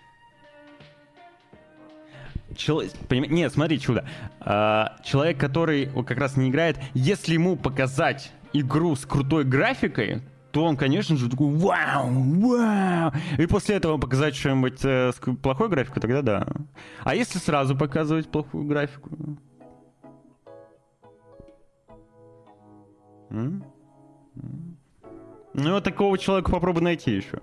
Чел... Поним... Нет, смотри, чудо. А, человек, который как раз не играет, если ему показать игру с крутой графикой, то он, конечно же, такой вау, вау. И после этого показать что-нибудь э, с плохой графикой, тогда да. А если сразу показывать плохую графику? М? М? Ну, вот такого человека попробуй найти еще.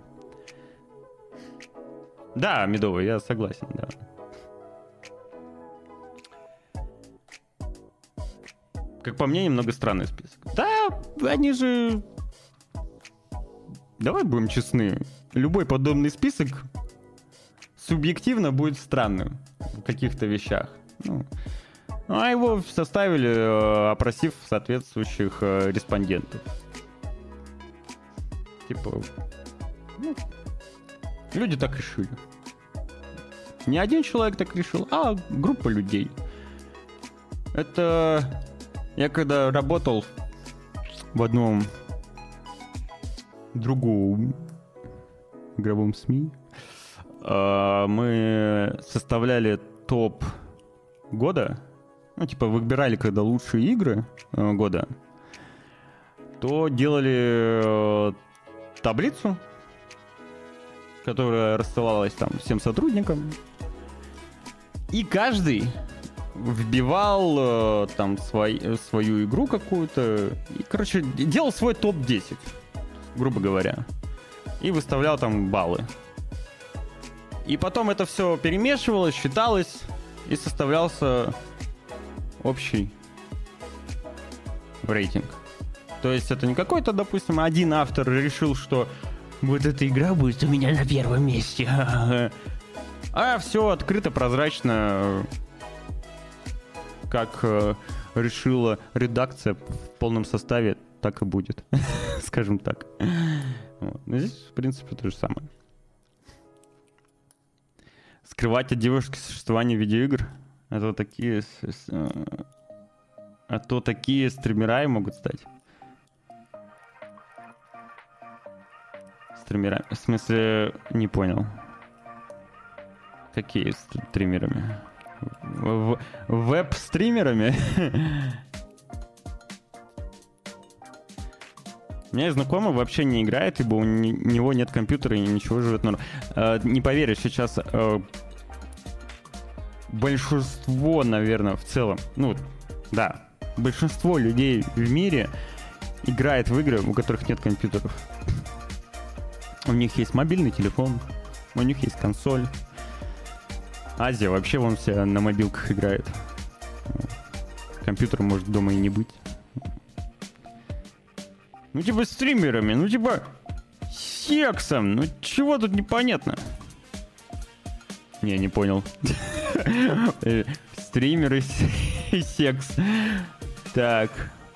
Да, Медовый, я согласен, да. Как по мне, немного странный список. Да, они же... Давай будем честны. Любой подобный список субъективно будет странным в каких-то вещах. Ну, а его составили, опросив соответствующих респондентов. Типа, ну, люди так решили. Не один человек так решил, а группа людей. Это... Я когда работал в одном другом игровом СМИ, мы составляли топ года, ну, типа, выбирали, когда лучшие игры года, то делали таблицу, которая рассылалась там всем сотрудникам, и каждый вбивал там свой, свою игру какую-то и, короче, делал свой топ десять, грубо говоря, и выставлял там баллы. И потом это все перемешивалось, считалось, и составлялся общий рейтинг. То есть это не какой-то, допустим, один автор решил, что вот эта игра будет у меня на первом месте. А все открыто, прозрачно, как э, решила редакция в полном составе, так и будет. Скажем так. Вот. Но здесь, в принципе, то же самое. Скрывать от девушки существование видеоигр. Это вот такие... А то такие стримеры могут стать. Стримерами. В смысле, не понял. Какие стримерами? В- веб-стримерами? У меня знакомый вообще не играет, ибо у него нет компьютера и ничего, живет норм. Э, не поверишь, сейчас э, большинство, наверное, в целом, ну, да, большинство людей в мире играет в игры, у которых нет компьютеров. У них есть мобильный телефон, у них есть консоль. Азия вообще вон все на мобилках играет. Компьютера может дома и не быть. Ну типа стримерами, ну типа сексом, ну чего тут непонятно? Не, не понял. Стримеры и секс. Так.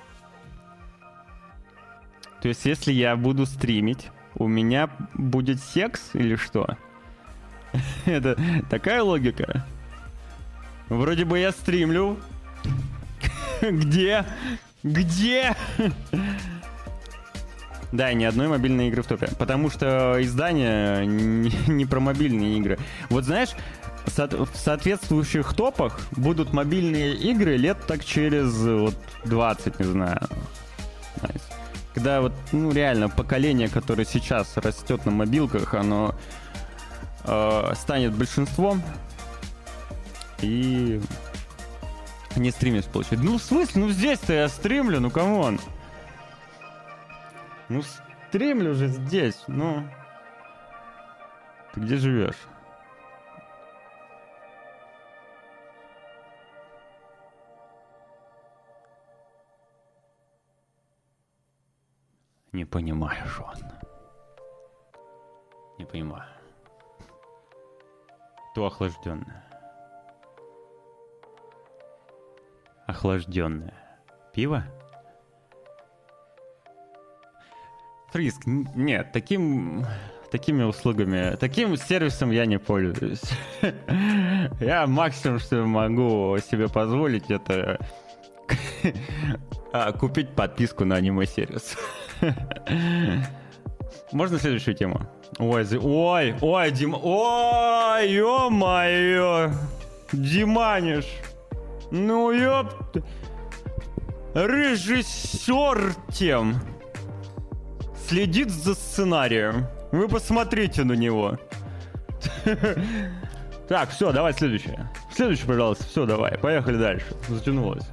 То есть если я буду стримить, у меня будет секс или что? Это такая логика? Вроде бы я стримлю. Где? Где? Да, и ни одной мобильной игры в топе. Потому что издание не, не про мобильные игры. Вот знаешь, в соответствующих топах будут мобильные игры лет так через вот двадцать, не знаю. Когда вот, ну, реально, поколение, которое сейчас растет на мобилках, оно э, станет большинством. И не стримишь, получается. Ну, в смысле? Ну, здесь-то я стримлю, ну, камон. Ну, стримлю же здесь, ну. Ты где живешь? Не понимаю, Жон. Не понимаю. То охлажденное. Охлажденное. Пиво? Фриск, нет, таким, такими услугами, таким сервисом я не пользуюсь. Я максимум, что могу себе позволить, это купить подписку на аниме-сервис. Можно следующую тему? Ой, ой, ой, Дима, ой, ё-моё, Диманиш, ну ёп, режиссер тем следит за сценарием. Вы посмотрите на него. Так, все, давай следующее. Следующее, пожалуйста. Все, давай, поехали дальше. Затянулось.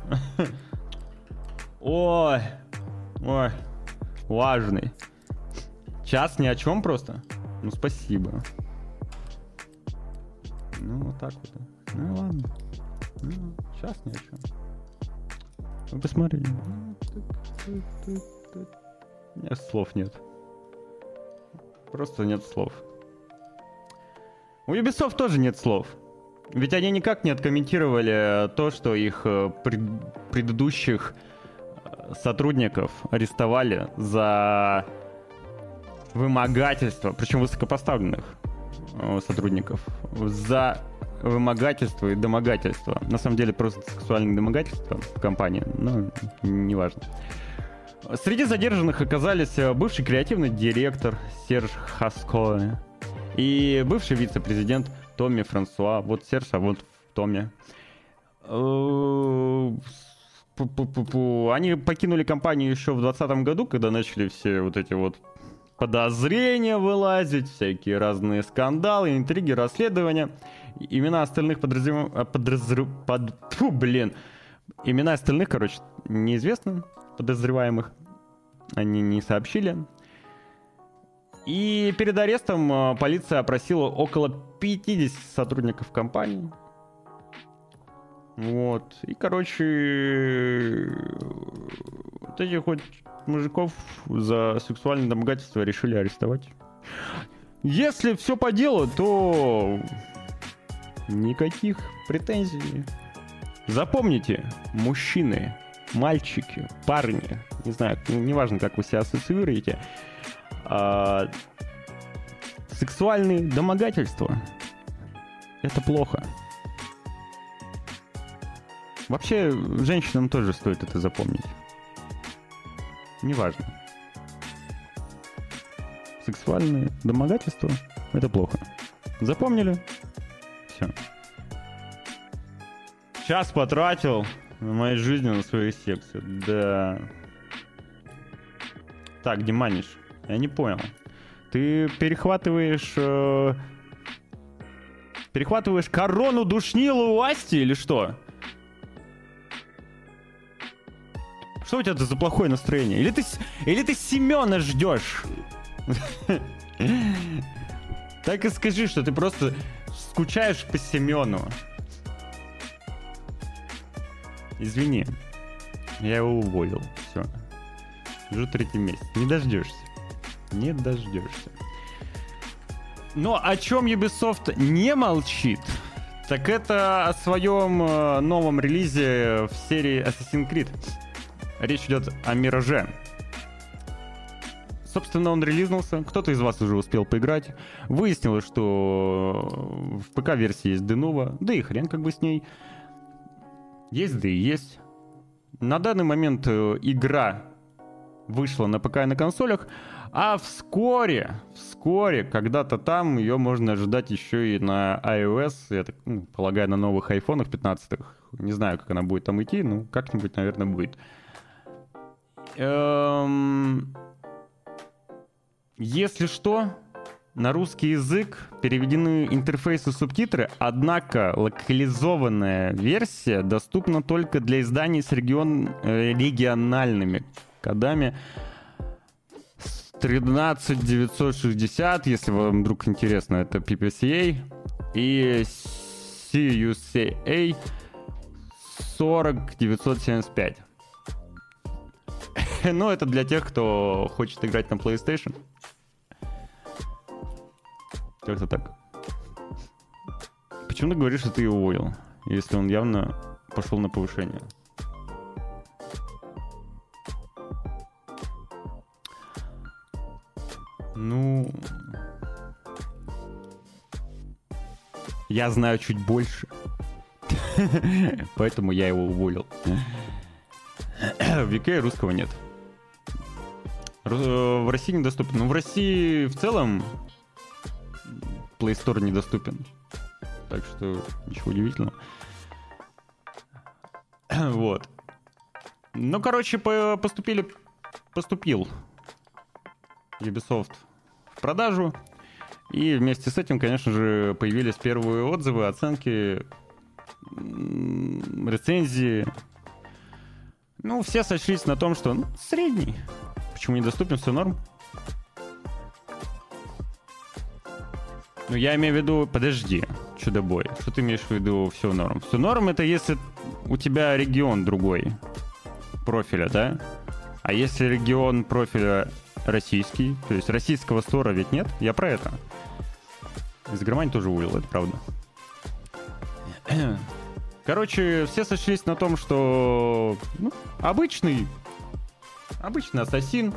Ой, ой, важный. Час ни о чем просто. Ну, спасибо. Ну, вот так вот. Ну, ладно. Ну, час ни о чем. Вы посмотрите. Нет, слов нет. Просто нет слов. У Ubisoft тоже нет слов. Ведь они никак не откомментировали то, что их пред... предыдущих сотрудников арестовали за вымогательство, причем высокопоставленных сотрудников, за вымогательство и домогательство. На самом деле просто сексуальное домогательство в компании, но неважно. Среди задержанных оказались бывший креативный директор Серж Хаско и бывший вице-президент Томми Франсуа. Вот Серж, а вот Томми. Они покинули компанию еще в двадцатом году, когда начали все вот эти вот подозрения вылазить, всякие разные скандалы, интриги, расследования. Имена остальных подразрев... подразрев... под... Фу, блин. Имена остальных, короче, неизвестны. Подозреваемых они не сообщили. И перед арестом полиция опросила около пятьдесят сотрудников компании. Вот. И, короче, вот этих вот мужиков за сексуальное домогательство решили арестовать. Если все по делу, то никаких претензий. Запомните, мужчины, мальчики, парни, не знаю, неважно, как вы себя ассоциируете, а, сексуальные домогательства — это плохо. Вообще, женщинам тоже стоит это запомнить. Неважно. Сексуальные домогательства — это плохо. Запомнили? Все. Час потратил на моей жизни на свою секцию. Да. Так, Диманиш, я не понял. Ты перехватываешь... Э... Перехватываешь корону душнилу у Асти или что? Что у тебя за плохое настроение? Или ты, или ты Семена ждешь? Так и скажи, что ты просто скучаешь по Семену. Извини, я его уволил. Все. Жду третий месяц. Не дождешься. Не дождешься. Но о чем Ubisoft не молчит, так это о своем э, новом релизе в серии Assassin's Creed. Речь идет о Мираже. Собственно, он релизнулся. Кто-то из вас уже успел поиграть. Выяснилось, что в ПК-версии есть Denuvo. Да и хрен как бы с ней. Есть, да и есть. На данный момент игра вышла на ПК и на консолях, а вскоре, вскоре, когда-то там ее можно ожидать еще и на iOS, я так ну, полагаю, на новых айфонах пятнадцатых. Не знаю, как она будет там идти, ну, как-нибудь, наверное, будет. Эм... Если что, на русский язык переведены интерфейсы и субтитры, однако локализованная версия доступна только для изданий с регион... региональными кодами тринадцать девятьсот шестьдесят, если вам вдруг интересно, это пи пи си эй, и си ю си эй сорок девятьсот семьдесят пять. Ну, это для тех, кто хочет играть на PlayStation. Как-то так. Почему ты говоришь, что ты его уволил, если он явно пошел на повышение? Ну... Я знаю чуть больше. Поэтому я его уволил. В ю кей русского нет. В России недоступен. Ну, в России в целом Play Store недоступен. Так что ничего удивительного. Вот. Ну, короче, поступили... Поступил Ubisoft в продажу. И вместе с этим, конечно же, появились первые отзывы, оценки, рецензии. Ну, все сошлись на том, что ну, средний. Почему недоступен, все норм. Ну, я имею в виду, подожди, чудо-бой. Что ты имеешь в виду все норм? Все норм — это если у тебя регион другой профиля, да? А если регион профиля российский, то есть российского стора ведь нет, я про это. Из Германии тоже уволил, это правда. Короче, все сошлись на том, что ну, обычный, обычный ассасин.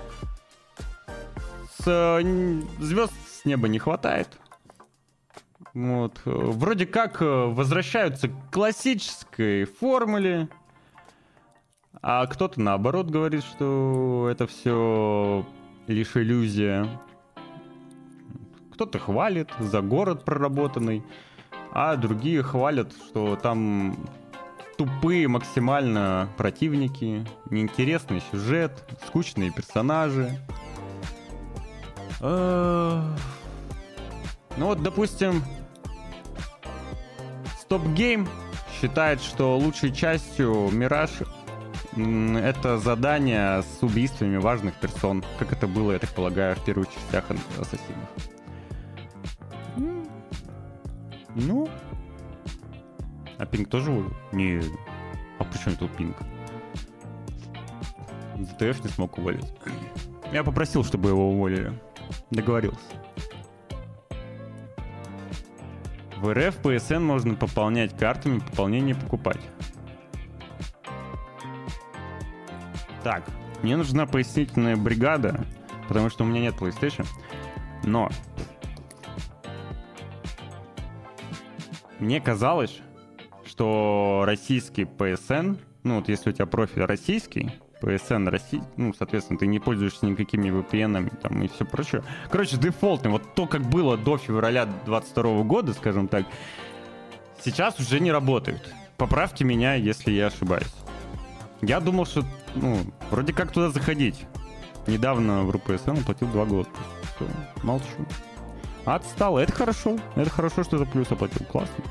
С, звезд с неба не хватает. Вот. Вроде как возвращаются к классической формуле. А кто-то наоборот говорит, что это все лишь иллюзия. Кто-то хвалит за город проработанный, а другие хвалят, что там тупые максимально противники, неинтересный сюжет, скучные персонажи. Ну вот, допустим, Stop Game считает, что лучшей частью Мираж это задание с убийствами важных персон, как это было, я так полагаю, в первых частях Ассасинов. Ну, а Пинк тоже уволил? Не, а при чем тут Пинк? зэ тэ эф не смог уволить. Я попросил, чтобы его уволили. Договорился. В эр эф пэ эс эн можно пополнять картами, пополнение покупать. Так, мне нужна пояснительная бригада, потому что у меня нет PlayStation. Но мне казалось, что российский пэ эс эн, ну вот если у тебя профиль российский, пэ эс эн России, ну, соответственно, ты не пользуешься никакими ви пи эн-ами там и все прочее. Короче, дефолтный, вот то, как было до февраля двадцать второго года, скажем так, сейчас уже не работает. Поправьте меня, если я ошибаюсь. Я думал, что, ну, вроде как туда заходить. Недавно в эр у пэ эс эн оплатил два года. Все, молчу. Отстал. Это хорошо. Это хорошо, что за плюс оплатил. Классно.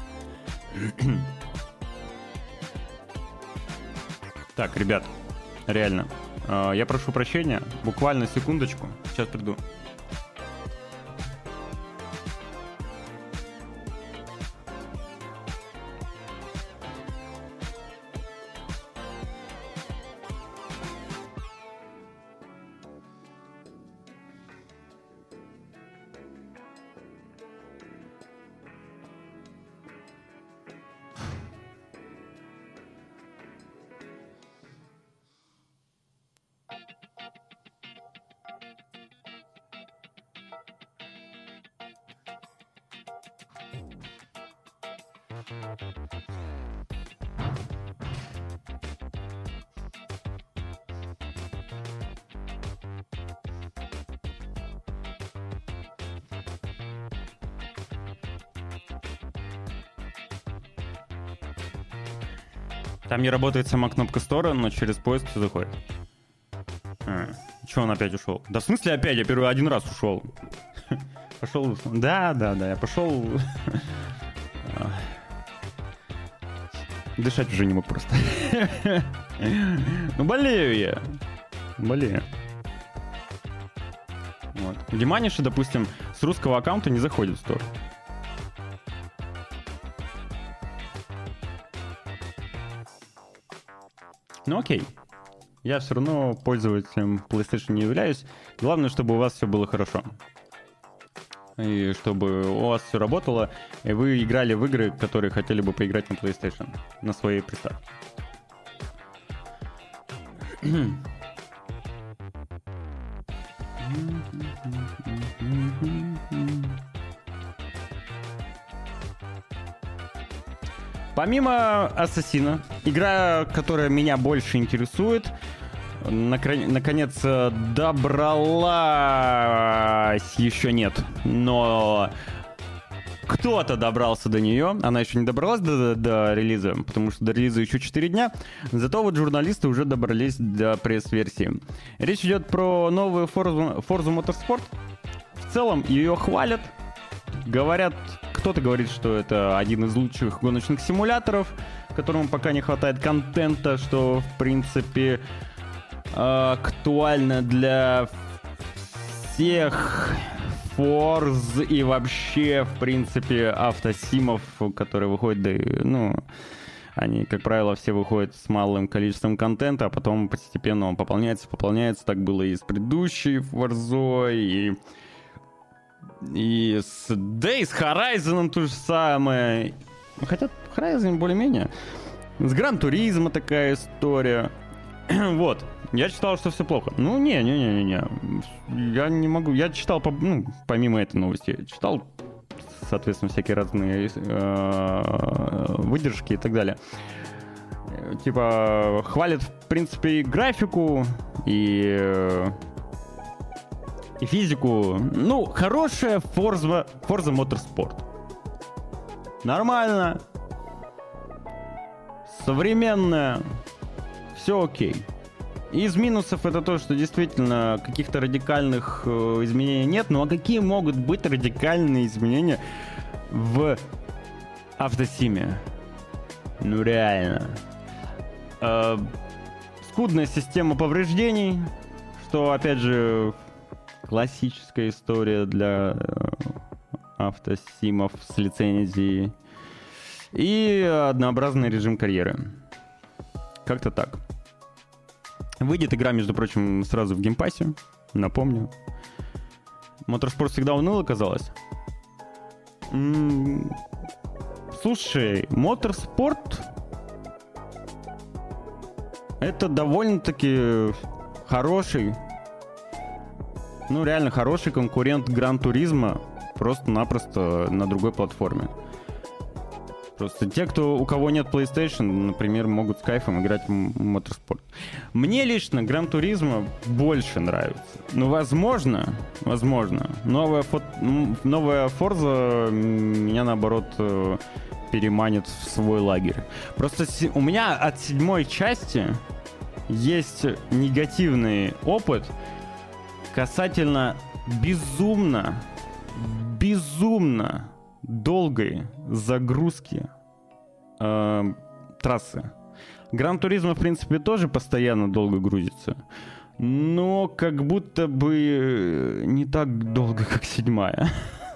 Так, ребят, реально. Я прошу прощения. Буквально секундочку. Сейчас приду. Там не работает сама кнопка стора, но через поиск все заходит. А, че он опять ушел? Да в смысле опять? Я первый один раз ушел. Пошел. Да, да, да, я пошел. Дышать уже не мог просто. Ну болею я. Болею. Вот. Диманиши, допустим, с русского аккаунта не заходит в стор. Ну окей. Я все равно пользователем PlayStation не являюсь. Главное, чтобы у вас все было хорошо. И чтобы у вас все работало, и вы играли в игры, которые хотели бы поиграть на PlayStation, на своей приставке. Помимо Ассасина, игра, которая меня больше интересует, наконец добралась, еще нет, но кто-то добрался до нее, она еще не добралась до, до, до релиза, потому что до релиза еще четыре дня, зато вот журналисты уже добрались до пресс-версии. Речь идет про новую Forza, Forza Motorsport. В целом ее хвалят, говорят, кто-то говорит, что это один из лучших гоночных симуляторов, которому пока не хватает контента, что в принципе актуально для всех Forza и вообще, в принципе, автосимов, которые выходят, да, ну, они, как правило, все выходят с малым количеством контента, а потом постепенно он пополняется, пополняется. Так было и с предыдущей Forza, и, и с, да и с Horizon то же самое. Хотя Horizon более-менее. С Gran Turismo такая история. Вот. Я читал, что все плохо. Ну, не-не-не-не. Я не могу. Я читал, ну, помимо этой новости, читал, соответственно, всякие разные э, выдержки и так далее. Типа, хвалят, в принципе, и графику, и, и физику. Ну, хорошая Forza, Forza Motorsport. Нормально. Современная. Все окей. Из минусов это то, что действительно каких-то радикальных э, изменений нет. Ну а какие могут быть радикальные изменения в автосиме? Ну реально. Э, скудная система повреждений, что опять же классическая история для э, автосимов с лицензией. И однообразный режим карьеры. Как-то так. Выйдет игра, между прочим, сразу в геймпассе. Напомню. Motorsport всегда уныло казалось. М-м- Слушай, Motorsport это довольно-таки хороший, ну реально хороший конкурент Gran Turismo, просто-напросто на другой платформе. Просто те, кто, у кого нет PlayStation, например, могут с кайфом играть в Motorsport. Мне лично Gran Turismo больше нравится. Ну, возможно, возможно. Новая, фо... новая Forza меня, наоборот, переманит в свой лагерь. Просто у меня от седьмой части есть негативный опыт касательно безумно, безумно долгой загрузки э, трассы. Gran Turismo, в принципе, тоже постоянно долго грузится, но как будто бы не так долго, как седьмая.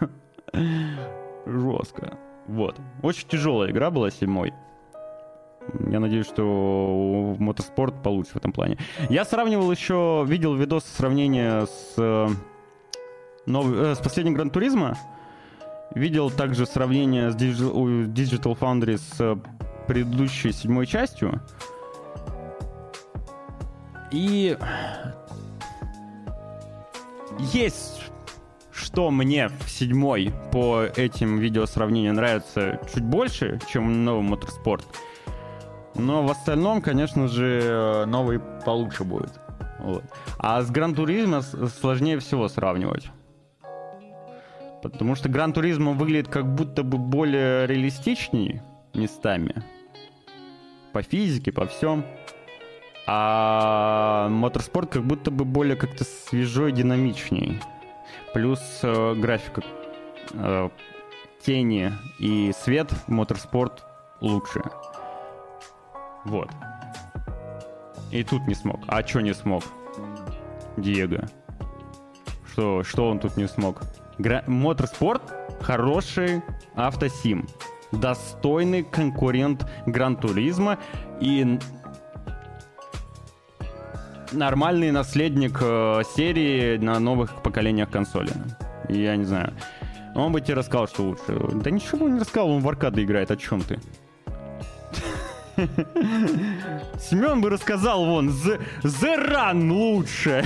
Жестко. Вот. Очень тяжелая игра была, седьмой. Я надеюсь, что Motorsport получше в этом плане. Я сравнивал еще, видел видос сравнения с, э, нов... э, с последним Gran Turismo. Видел также сравнение с Digital, Digital Foundry с предыдущей седьмой частью. И есть, что мне в седьмой по этим видеосравнениям нравится чуть больше, чем в новом Motorsport. Но в остальном, конечно же, новый получше будет. Вот. А с Gran Turismo сложнее всего сравнивать. Потому что Gran Turismo выглядит как будто бы более реалистичней местами. по физике, по всем. А моторспорт как будто бы более как-то свежо и динамичней. Плюс э, графика э, тени и свет в моторспорт лучше. Вот. И тут не смог. А чё не смог? Диего. Что, что он тут не смог? Гра... Моторспорт — хороший автосим. Достойный конкурент Гран-туризма и нормальный наследник э, серии на новых поколениях консоли. Я не знаю. Он бы тебе рассказал, что лучше. Да ничего бы он не рассказал, он в аркады играет. О чем ты? Семен бы рассказал, вон, The, The Run лучше.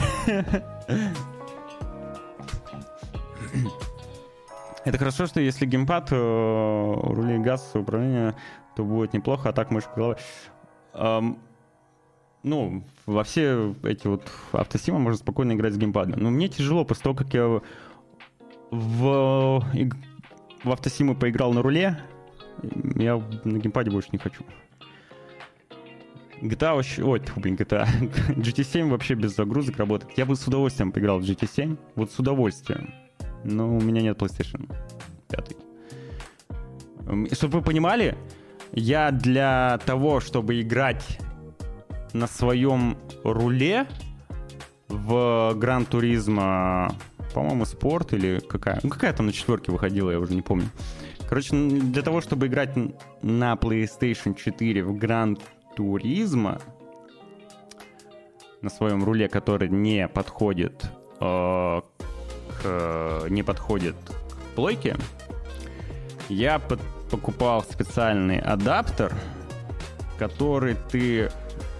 Это хорошо, что если геймпад, рули газ, управление, то будет неплохо, а так мышка головы. Эм, ну, во все эти вот автосимы можно спокойно играть с геймпадом. Но мне тяжело, после того, как я в, в автосимы поиграл на руле, я на геймпаде больше не хочу. джи ти эй вообще... Ой, тьфу, блин, джи ти эй. джи ти семь вообще без загрузок работает. Я бы с удовольствием поиграл в джи ти семь. Вот с удовольствием. Но у меня нет PlayStation пять. Чтобы вы понимали, я для того, чтобы играть на своем руле в Gran Turismo, по-моему, Sport или какая? Ну, какая там на четверке выходила, я уже не помню. Короче, для того, чтобы играть на PlayStation четыре в Gran Turismo на своем руле, который не подходит э, к, не подходит к плойке, я под, покупал специальный адаптер, который ты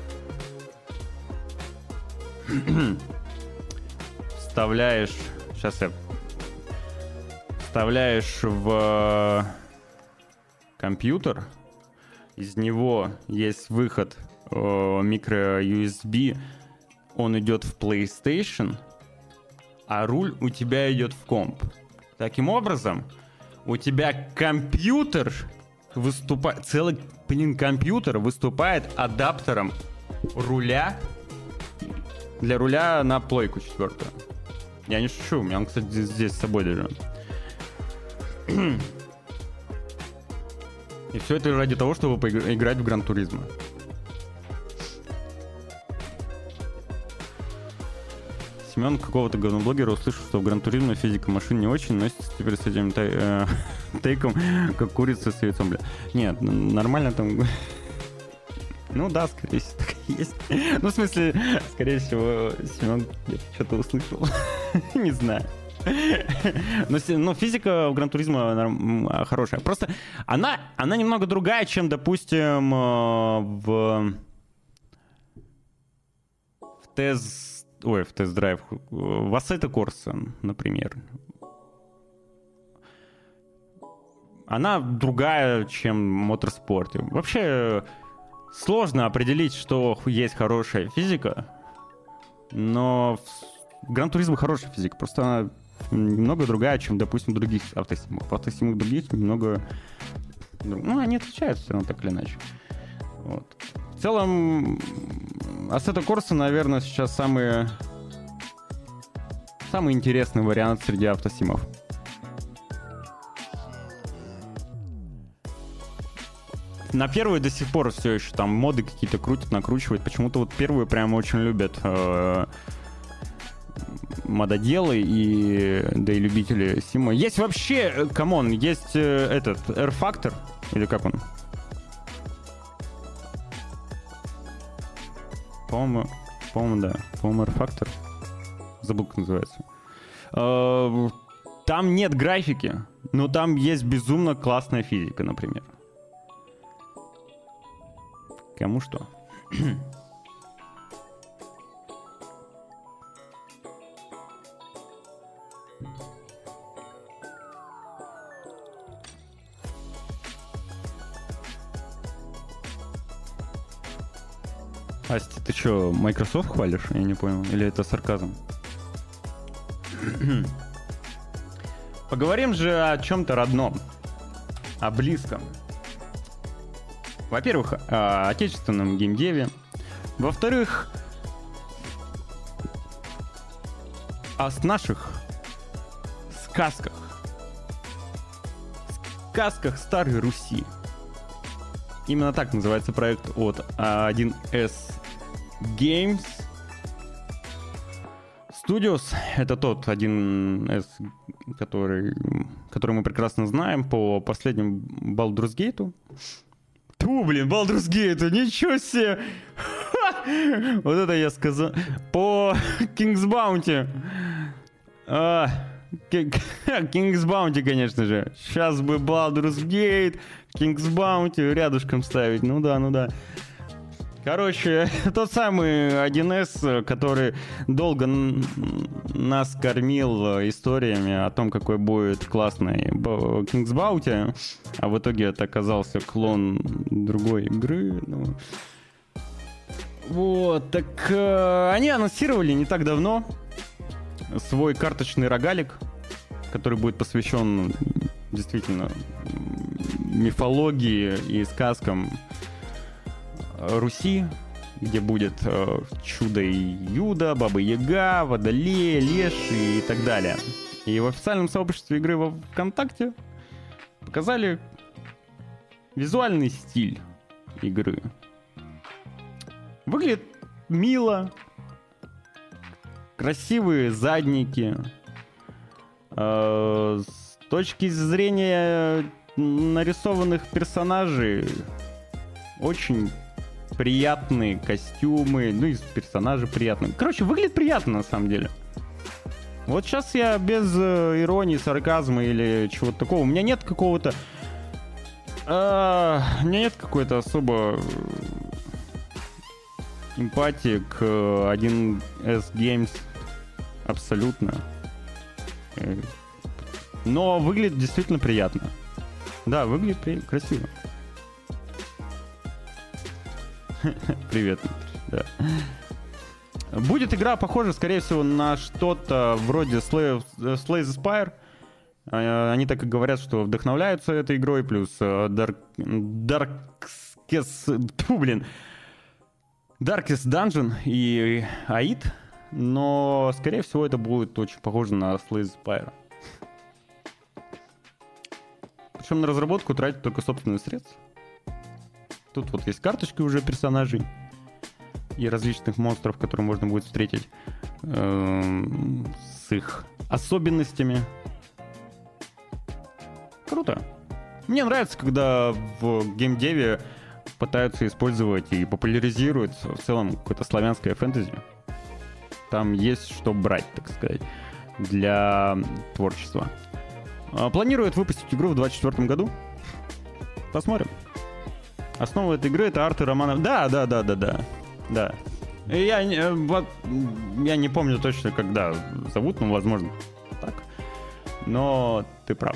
вставляешь, сейчас я вставляешь в компьютер, из него есть выход микро-ю эс би, он идет в PlayStation, а руль у тебя идет в комп. Таким образом, у тебя компьютер выступает, целый, блин, компьютер выступает адаптером руля для руля на плойку четвертую. Я не шучу, у меня он, кстати, здесь, здесь с собой даже. И все это ради того, чтобы поиграть в Gran Turismo. Семен какого-то говноблогера услышал, что в Gran Turismo физика машин не очень, но теперь с этим тай, э, тейком, как курица с яйцом, бля. Нет, нормально там... Ну да, скорее всего, так и есть. Ну, в смысле, скорее всего, Семен что-то услышал. Не знаю. Но, но физика в Gran Turismo хорошая. Просто она, она немного другая, чем, допустим, в, в тест... Ой, в тест-драйв. В Assetto Corsa, например. Она другая, чем в моторспорте. Вообще... Сложно определить, что есть хорошая физика, но в Gran Turismo хорошая физика, просто она немного другая, чем, допустим, в других автосимах. В автосимах других немного... Ну, они отличаются все равно так или иначе. Вот. В целом, Assetto Corsa, наверное, сейчас самый, самый интересный вариант среди автосимов. На первую до сих пор все еще там моды какие-то крутят, накручивают. Почему-то вот первую прямо очень любят э, мододелы и да и любители сима. Есть вообще, камон, есть э, этот R-Factor, или как он? По-моему, по-моему, да. По-моему, R-Factor. Забыл, как называется. Э, там нет графики, но там есть безумно классная физика, например. Кому что? Асти, ты что, Microsoft хвалишь? Я не понял. Или это сарказм? Поговорим же о чем-то родном. О близком. Во-первых, о отечественном геймдеве. Во-вторых, о наших сказках. Сказках Старой Руси. Именно так называется проект от один эс Games Studios. Это тот один эс, который, который мы прекрасно знаем по последнему Baldur's Gate. Ту, блин, Baldur's Gate, ничего себе! Ха! Вот это я сказал. По King's Bounty. А, King's Bounty, конечно же. Сейчас бы Baldur's Gate, King's Bounty рядышком ставить. Ну да, ну да. Короче, тот самый один эс, который долго нас кормил историями о том, какой будет классный King's Bounty, а в итоге это оказался клон другой игры. Ну. Вот, так э, они анонсировали не так давно свой карточный рогалик, который будет посвящен действительно мифологии и сказкам Руси, где будет э, Чудо и Юда, Баба Яга, Водолей, Леший и так далее. И в официальном сообществе игры во ВКонтакте показали визуальный стиль игры. Выглядит мило, красивые задники. Э, с точки зрения нарисованных персонажей, очень приятные костюмы, ну и персонажи приятные. Короче, выглядит приятно на самом деле. Вот сейчас я без э, иронии, сарказма или чего-то такого. У меня нет какого-то... Э, у меня нет какой-то особо эмпатии к один эс Games. Абсолютно. Но выглядит действительно приятно. Да, выглядит при... красиво. Привет, да. Будет игра похожа, скорее всего, на что-то вроде Slay, Slay the Spire. Они так и говорят, что вдохновляются этой игрой, плюс Dark... Darkest... Фу, блин. Darkest Dungeon и Аид. Но, скорее всего, это будет очень похоже на Slay the Spire. Причем на разработку тратить только собственные средства. Тут вот есть карточки уже персонажей и различных монстров, которые можно будет встретить э, с их особенностями. Круто. Мне нравится, когда в геймдеве пытаются использовать и популяризируют в целом какое-то славянское фэнтези. Там есть что брать, так сказать, для творчества. Планируют выпустить игру в двадцать четвёртом году. Посмотрим. Основа этой игры — это арты романов. Да, да, да, да, да. Да. Я, я не помню точно, когда зовут, но, возможно, так. Но ты прав.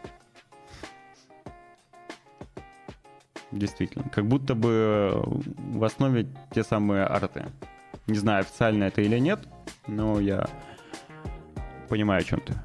Действительно. Как будто бы в основе те самые арты. Не знаю, официально это или нет, но я понимаю, о чем ты.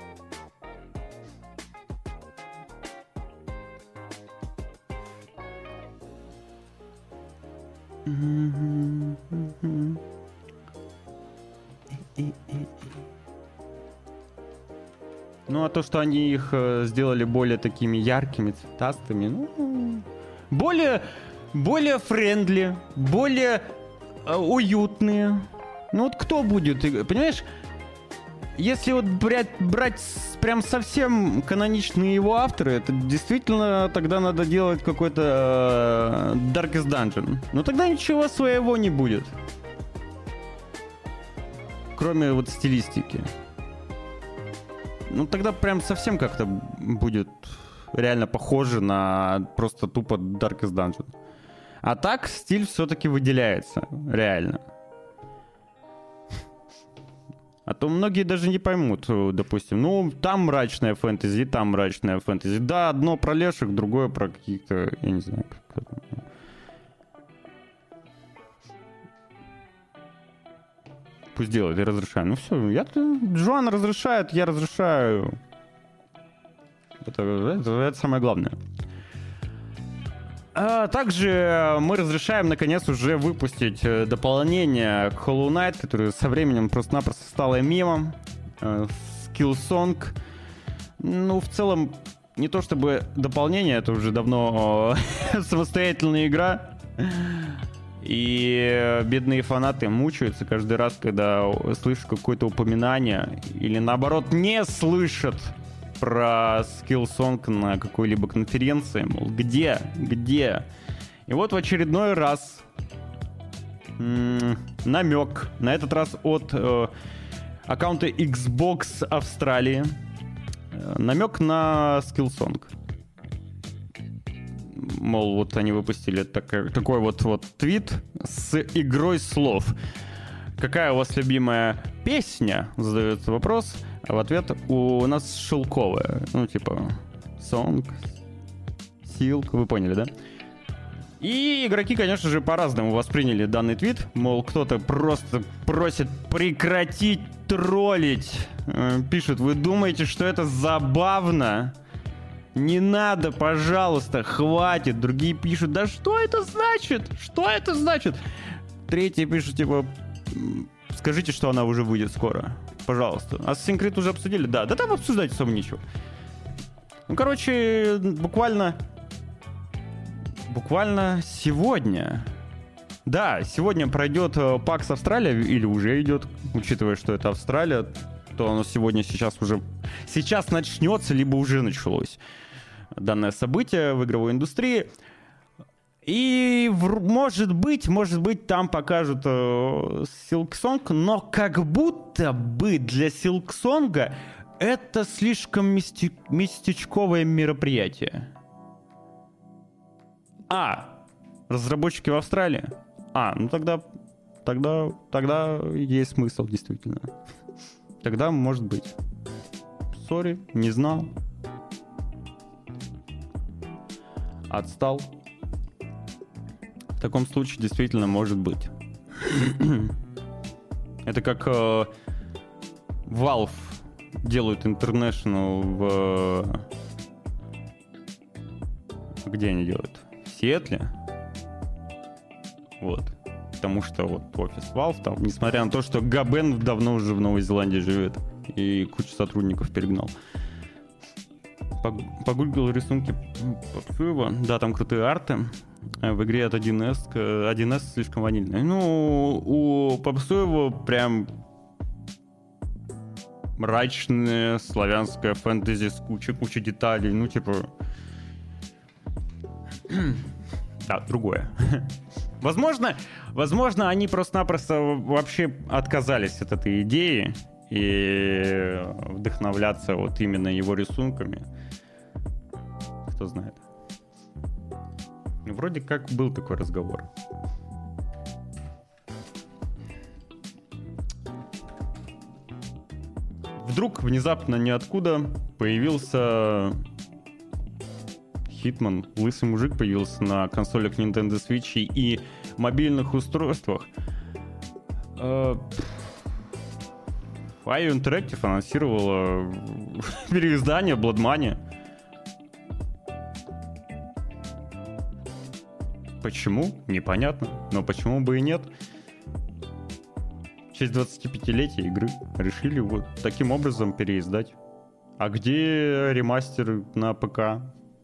Ну, а то, что они их э, сделали более такими яркими, цветастыми, ну, более, более френдли, более э, уютные. Ну, вот кто будет, понимаешь? Если вот брать, брать прям совсем каноничные его авторы, это действительно тогда надо делать какой-то э, Darkest Dungeon. Но тогда ничего своего не будет. Кроме вот стилистики. Ну тогда прям совсем как-то будет реально похоже на просто тупо Darkest Dungeon. А так стиль все-таки выделяется. Реально. А то многие даже не поймут, допустим, ну, там мрачная фэнтези, там мрачная фэнтези. Да, одно про лешек, другое про каких-то, я не знаю, как это. Пусть делает, я разрешаю. Ну все, я Джоан разрешает, я разрешаю. Это, это, это самое главное. А также мы разрешаем, наконец, уже выпустить дополнение к Hollow Knight, которое со временем просто-напросто стало мемом. Skillsong. Ну, в целом, не то чтобы дополнение, это уже давно самостоятельная игра. И бедные фанаты мучаются каждый раз, когда слышат какое-то упоминание, или наоборот не слышат про Skillsong на какой-либо конференции. Мол, где? Где? И вот в очередной раз м- намек, на этот раз от э, аккаунта Xbox Австралии, э, намек на Skillsong. Мол, вот они выпустили так, такой вот, вот твит с игрой слов. Какая у вас любимая песня? Задается вопрос. А в ответ у нас шелковая. Ну, типа, song, silk, вы поняли, да? И игроки, конечно же, по-разному восприняли данный твит. Мол, кто-то просто просит прекратить троллить. Пишет, вы думаете, что это забавно? Не надо, пожалуйста, хватит. Другие пишут, да что это значит? Что это значит? Третьи пишут, типа, скажите, что она уже выйдет скоро. Пожалуйста. Assassin's Creed уже обсудили? Да. Да там обсуждать особо ничего. Ну, короче, буквально... Буквально сегодня... Да, сегодня пройдет пакс Австралия, или уже идет, учитывая, что это Австралия, то оно сегодня сейчас уже... Сейчас начнется, либо уже началось данное событие в игровой индустрии. И может быть, может быть, там покажут э, Silksong, но как будто бы для Silksong это слишком мисти- местечковое мероприятие. А, разработчики в Австралии? А, ну тогда, тогда, тогда есть смысл, действительно. Тогда может быть. Сори, не знал. Отстал. В таком случае действительно может быть. Это как э, Valve делают International в... Где они делают? В Сиэтле. Вот. Потому что вот офис Valve там, несмотря на то, что Габен давно уже в Новой Зеландии живет и кучу сотрудников перегнал. Погуглил рисунки Попсуева. Да, там крутые арты. В игре от один эс. один эс слишком ванильный. Ну, у Попсуева прям мрачное славянское фэнтези с кучей-кучей деталей. Ну, типа... Да, другое. Возможно, возможно, они просто-напросто вообще отказались от этой идеи и вдохновляться вот именно его рисунками. Кто знает. Вроде как был такой разговор. Вдруг внезапно ниоткуда появился Хитман. Лысый мужик появился на консолях Nintendo Switch и мобильных устройствах. IO Interactive анонсировала переиздание Blood Money. Почему? Непонятно. Но почему бы и нет? В честь двадцатипятилетия игры решили вот таким образом переиздать. А где ремастер на ПК?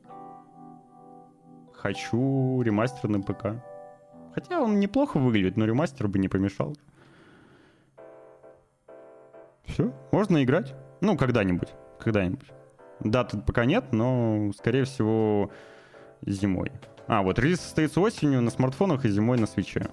Хочу ремастер на ПК. Хотя он неплохо выглядит, но ремастер бы не помешал. Все, можно играть. Ну, когда-нибудь. Когда-нибудь. Даты пока нет, но, скорее всего, зимой. А, вот релиз состоится осенью на смартфонах и зимой на свитче.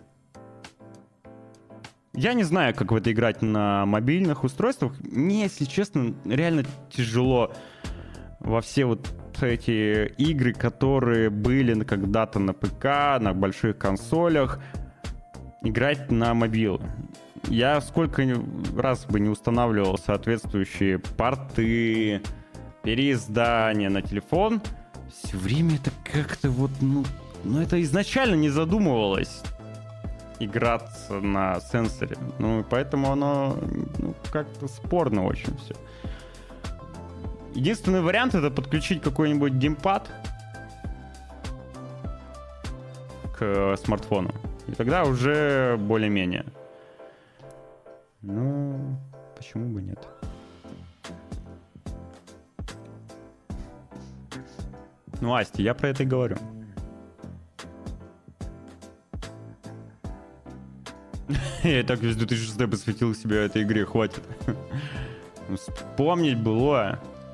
Я не знаю, как в это играть на мобильных устройствах. Мне, если честно, реально тяжело во все вот эти игры, которые были когда-то на ПК, на больших консолях, играть на мобилы. Я сколько раз бы не устанавливал соответствующие порты, переиздания на телефон, все время это как-то вот, ну, ну это изначально не задумывалось играться на сенсоре. Ну, поэтому оно, ну, как-то спорно очень все. Единственный вариант — это подключить какой-нибудь геймпад э, смартфону. И тогда уже более-менее. Ну, почему бы нет? Ну, Асти, я про это и говорю. Я и так весь две тысячи шестой посвятил себе этой игре, хватит. Вспомнить было.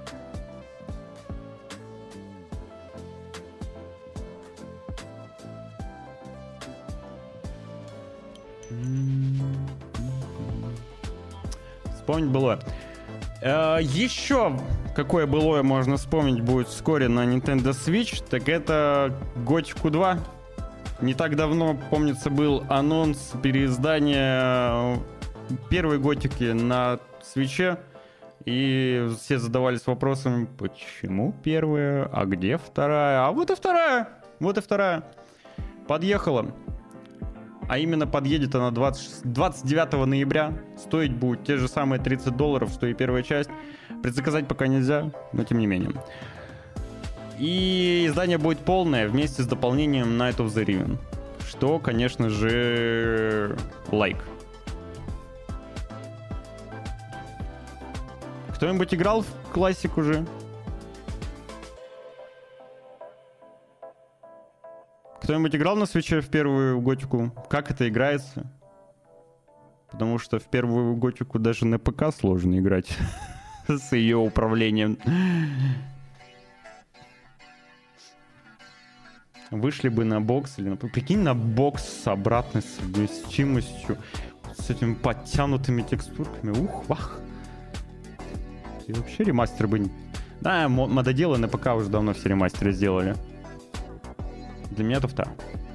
Вспомнить было. Э, еще какое былое можно вспомнить будет вскоре на Nintendo Switch, так это Готику два. Не так давно, помнится, был анонс переиздания первой Готики на Switch'е, и все задавались вопросом, почему первая, а где вторая? А вот и вторая, вот и вторая. Подъехала. А именно подъедет она двадцать девятого ноября. Стоить будет те же самые тридцать долларов, что и первая часть. Предзаказать пока нельзя, но тем не менее. И издание будет полное вместе с дополнением Night of the Riven. Что, конечно же, лайк. Кто-нибудь играл в классик уже? Кто-нибудь играл на Switch'е в первую Готику? Как это играется? Потому что в первую Готику даже на ПК сложно играть с ее управлением. Вышли бы на бокс или на... Прикинь, на бокс с обратной совместимостью, с этими подтянутыми текстурками. Ух, вах. И вообще ремастер бы... Да, мододелы на ПК уже давно все ремастеры сделали. Для меня туфта.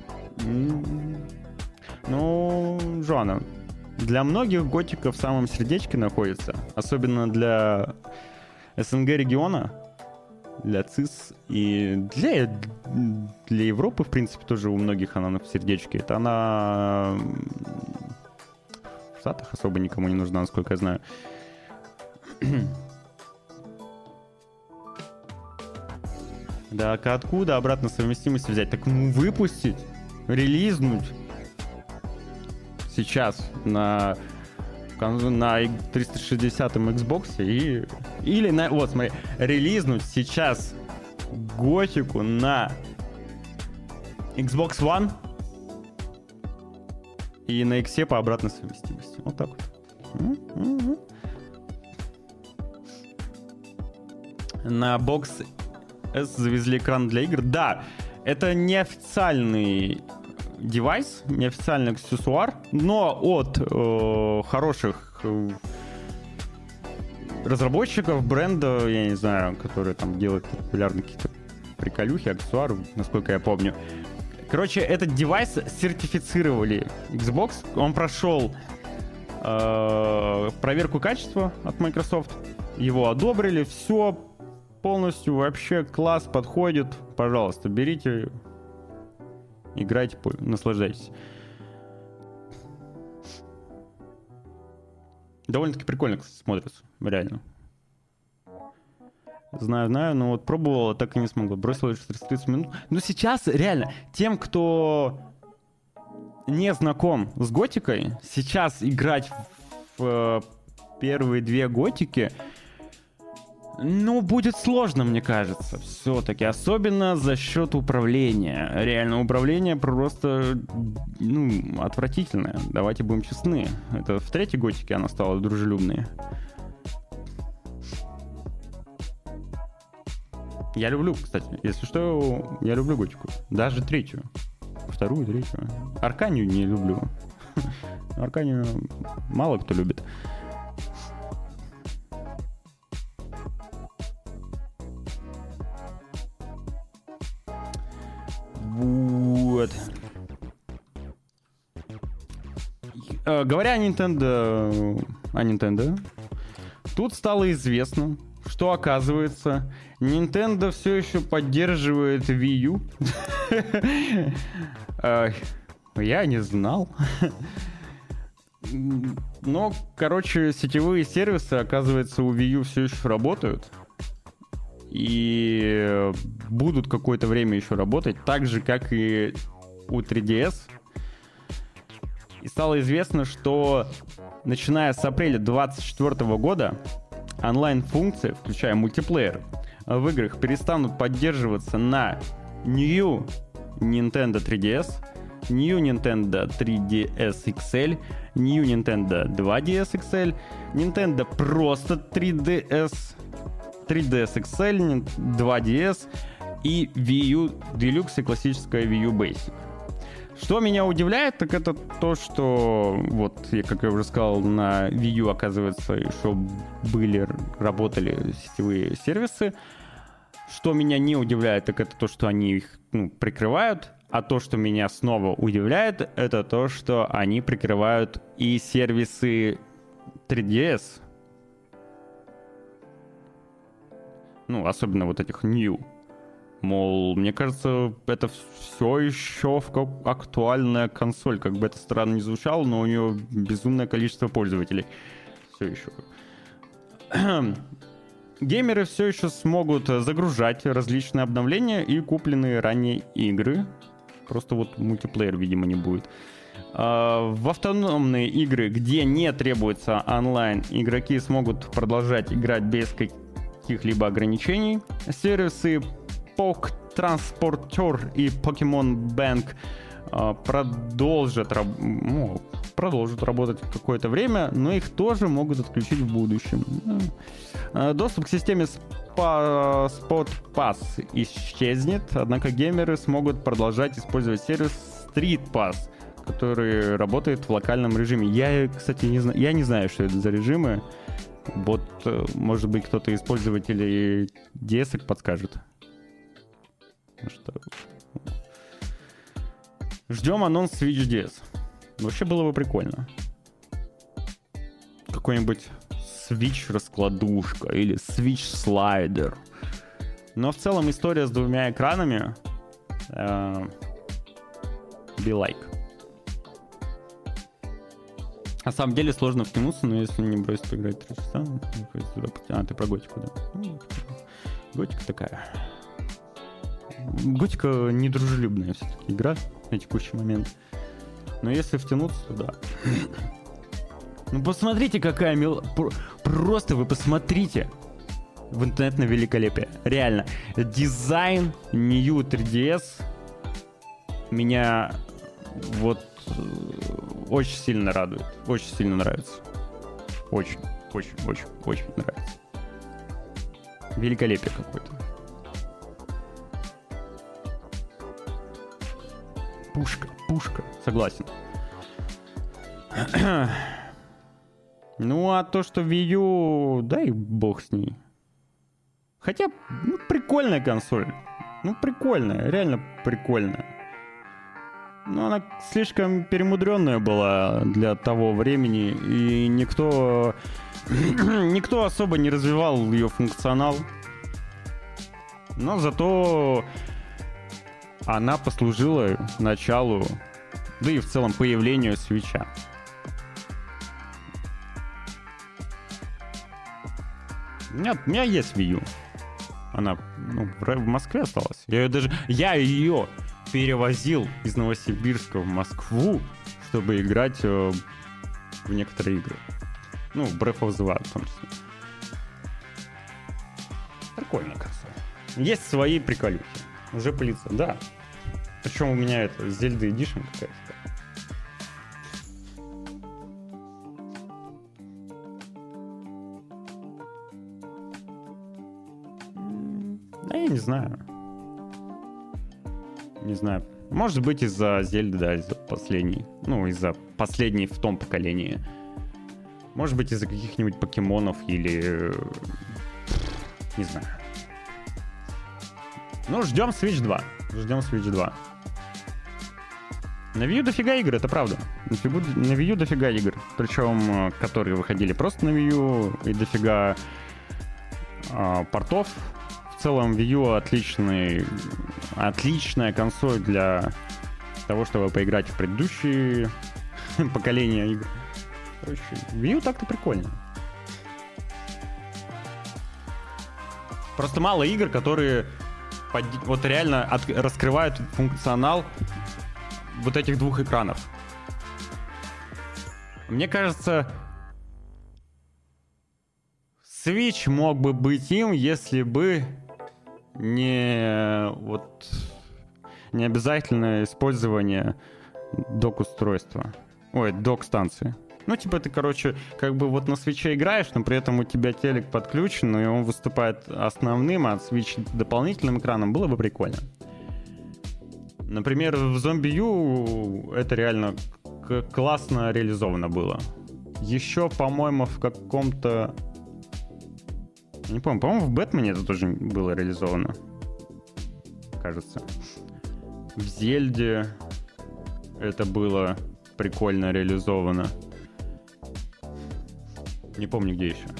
Ну, Жоанна, для многих Готика в самом сердечке находится. Особенно для СНГ региона, для ЦИС и для, для Европы, в принципе, тоже у многих она в сердечке. Это она в Штатах особо никому не нужна, насколько я знаю. Да, откуда обратно совместимость взять? Так ну выпустить, релизнуть сейчас на, на триста шестидесятом Xbox и... Или на... Вот, смотри, релизнуть сейчас Готику на Xbox One и на X по обратной совместимости. Вот так вот. На Box S завезли экран для игр. Да, это неофициальный девайс, неофициальный аксессуар, но от э, хороших э, разработчиков бренда, я не знаю, которые там делают популярные какие-то приколюхи, аксессуары, насколько я помню. Короче, этот девайс сертифицировали Xbox, он прошел э, проверку качества от Microsoft, его одобрили, все полностью вообще класс, подходит. Пожалуйста, берите, играйте, наслаждайтесь. Довольно-таки прикольно смотрится, реально. Знаю, знаю, но вот пробовала, так и не смогла. Бросила через тридцать минут. Но сейчас, реально, тем, кто не знаком с Готикой, сейчас играть в, в первые две Готики, ну, будет сложно, мне кажется, все-таки. Особенно за счет управления. Реально, управление просто, ну, отвратительное. Давайте будем честны. Это в третьей Готике она стала дружелюбной. Я люблю, кстати, если что, я люблю Готику. Даже третью. Вторую, третью. Арканию не люблю. Арканию мало кто любит. Вот. Э, говоря о Nintendo, о Nintendo, тут стало известно, что, оказывается, Nintendo все еще поддерживает Wii U. Я не знал. Но, короче, сетевые сервисы, оказывается, у Wii U все еще работают. И будут какое-то время еще работать, так же, как и у три ди эс. И стало известно, что начиная с апреля двадцать четвёртого года онлайн-функции, включая мультиплеер, в играх перестанут поддерживаться на New Nintendo три ди эс, New Nintendo три ди эс икс эл, New Nintendo два ди эс икс эл, Nintendo просто три ди эс, три ди эс икс эл, два ди эс и Wii U Deluxe и классическая Wii U Basic. Что меня удивляет, так это то, что вот, я, как я уже сказал, на Wii U, оказывается, еще были, работали сетевые сервисы. Что меня не удивляет, так это то, что они их ну, прикрывают. А то, что меня снова удивляет, это то, что они прикрывают и сервисы три ди эс. Ну, особенно вот этих New. Мол, мне кажется, это все еще актуальная консоль. Как бы это странно не звучало, но у нее безумное количество пользователей. Все еще. Геймеры все еще смогут загружать различные обновления и купленные ранее игры. Просто вот мультиплеер, видимо, не будет. В автономные игры, где не требуется онлайн, игроки смогут продолжать играть без каких-либо ограничений. Сервисы Pok Transporter и Pokemon Bank продолжат, ну, продолжат работать какое-то время, но их тоже могут отключить в будущем. Доступ к системе Spot Pass исчезнет, однако геймеры смогут продолжать использовать сервис Street Pass, который работает в локальном режиме. Я, кстати, не знаю, я не знаю, что это за режимы. Вот, может быть, кто-то из пользователей ди эс-ок подскажет. Что... Ждем анонс Switch ди эс. Вообще было бы прикольно. Какой-нибудь Switch-раскладушка или Switch-слайдер. Но в целом история с двумя экранами э, be like. На самом деле сложно втянуться, но если не бросить поиграть три часа... А, ты про Готику, да? Готика такая. Готика недружелюбная все-таки игра на текущий момент. Но если втянуться, то да. Ну посмотрите, какая мил... Просто вы посмотрите в интернет на великолепие. Реально. Дизайн New три ди эс меня вот очень сильно радует. Очень сильно нравится. Очень, очень, очень, очень нравится. Великолепие какое-то. Пушка, пушка. Согласен. Ну, а то, что Wii U, дай бог с ней. Хотя, ну, прикольная консоль. Ну, прикольная, реально прикольная. Но она слишком перемудренная была для того времени, и никто, никто особо не развивал ее функционал. Но зато она послужила началу, да и в целом появлению Switch'а. У меня, у меня есть Wii U. Она ну, в Москве осталась. Я ее даже, я ее перевозил из Новосибирска в Москву, чтобы играть э, в некоторые игры. Ну, Breath of the Wild в том числе. Прикольная консоль. Есть свои приколюхи. Уже пылится, да. Причем у меня это Zelda Edition какая-то. Да я не знаю. Не знаю. Может быть из-за Зельды, да, из-за последней. Ну, из-за последней в том поколении. Может быть из-за каких-нибудь покемонов или... Не знаю. Ну, ждем Switch два. Ждем Switch два. На Wii U дофига игр, это правда. На Wii U дофига игр. Причем, которые выходили просто на Wii U, и дофига а, портов. В целом Wii U отличный, отличная консоль для того, чтобы поиграть в предыдущие поколения игр. Короче, Wii U так-то прикольно. Просто мало игр, которые под... вот реально от... раскрывают функционал вот этих двух экранов. Мне кажется, Switch мог бы быть им, если бы не вот не обязательное использование док-устройства. Ой, док-станции. Ну, типа ты, короче, как бы вот на свитче играешь, но при этом у тебя телек подключен, и он выступает основным, а свитч дополнительным экраном. Было бы прикольно. Например, в Zombie U это реально к- классно реализовано было. Еще, по-моему, в каком-то... Не помню, по-моему, в Бэтмене это тоже было реализовано. Кажется. В Зельде это было прикольно реализовано. Не помню, где еще.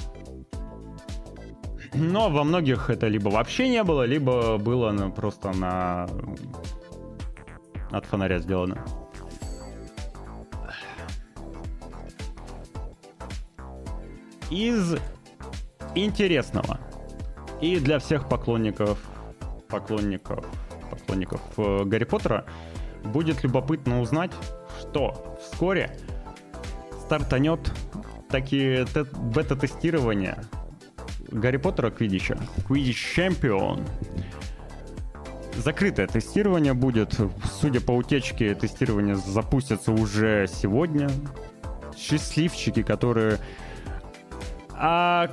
Но во многих это либо вообще не было, либо было ну, просто на... от фонаря сделано. Из интересного и для всех поклонников поклонников поклонников э, Гарри Поттера будет любопытно узнать, что вскоре стартанет таки те- бета-тестирование Гарри Поттера Квиддича, Quidditch Champion. Закрытое тестирование будет. Судя по утечке, тестирование запустится уже сегодня. Счастливчики, которые а,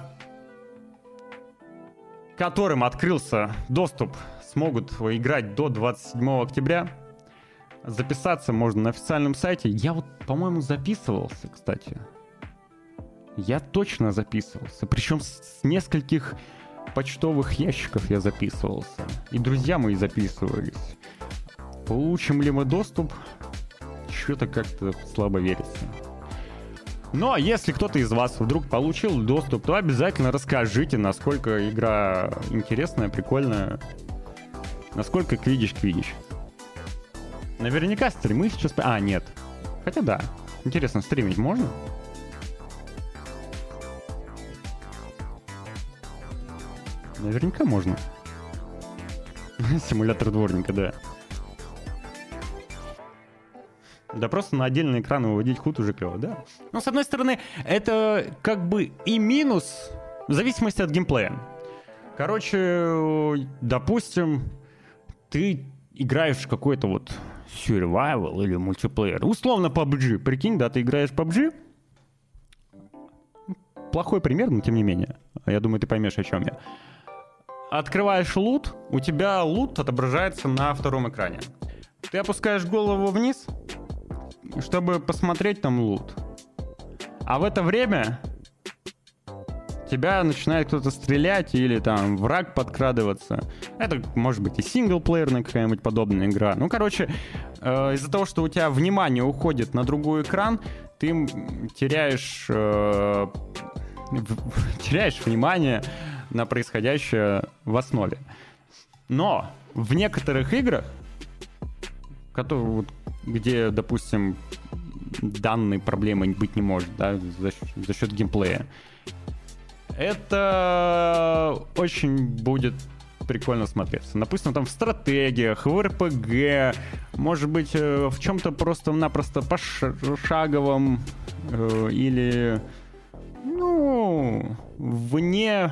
которым открылся доступ, смогут играть до двадцать седьмого октября. Записаться можно на официальном сайте. Я вот, по-моему, записывался, кстати. Я точно записывался. Причем с нескольких почтовых ящиков я записывался. И друзья мои записывались. Получим ли мы доступ? Что-то как-то слабо верится. Ну, а если кто-то из вас вдруг получил доступ, то обязательно расскажите, насколько игра интересная, прикольная. Насколько Quidditch Quidditch. Наверняка стримы сейчас... А, нет. Хотя да. Интересно, стримить можно? Наверняка можно. Симулятор дворника, да. Да просто на отдельный экран выводить худ уже клево, да? Но, с одной стороны, это как бы и минус, в зависимости от геймплея. Короче, допустим, ты играешь в какой-то вот survival или мультиплеер. Условно пабг. Прикинь, да, ты играешь в пабг. Плохой пример, но тем не менее. Я думаю, ты поймешь, о чем я. Открываешь лут, у тебя лут отображается на втором экране. Ты опускаешь голову вниз, чтобы посмотреть там лут. А в это время тебя начинает кто-то стрелять или там враг подкрадываться. Это может быть и синглплеерная какая-нибудь подобная игра. Ну, короче, э, из-за того, что у тебя внимание уходит на другой экран, ты теряешь, э, теряешь внимание на происходящее в основе. Но в некоторых играх, которые, вот, где, допустим, данной проблемы быть не может, да, за, за счет геймплея, это очень будет прикольно смотреться. Допустим, там в стратегиях, в эр пи джи, может быть, в чем-то просто-напросто пошаговом э, или, ну, вне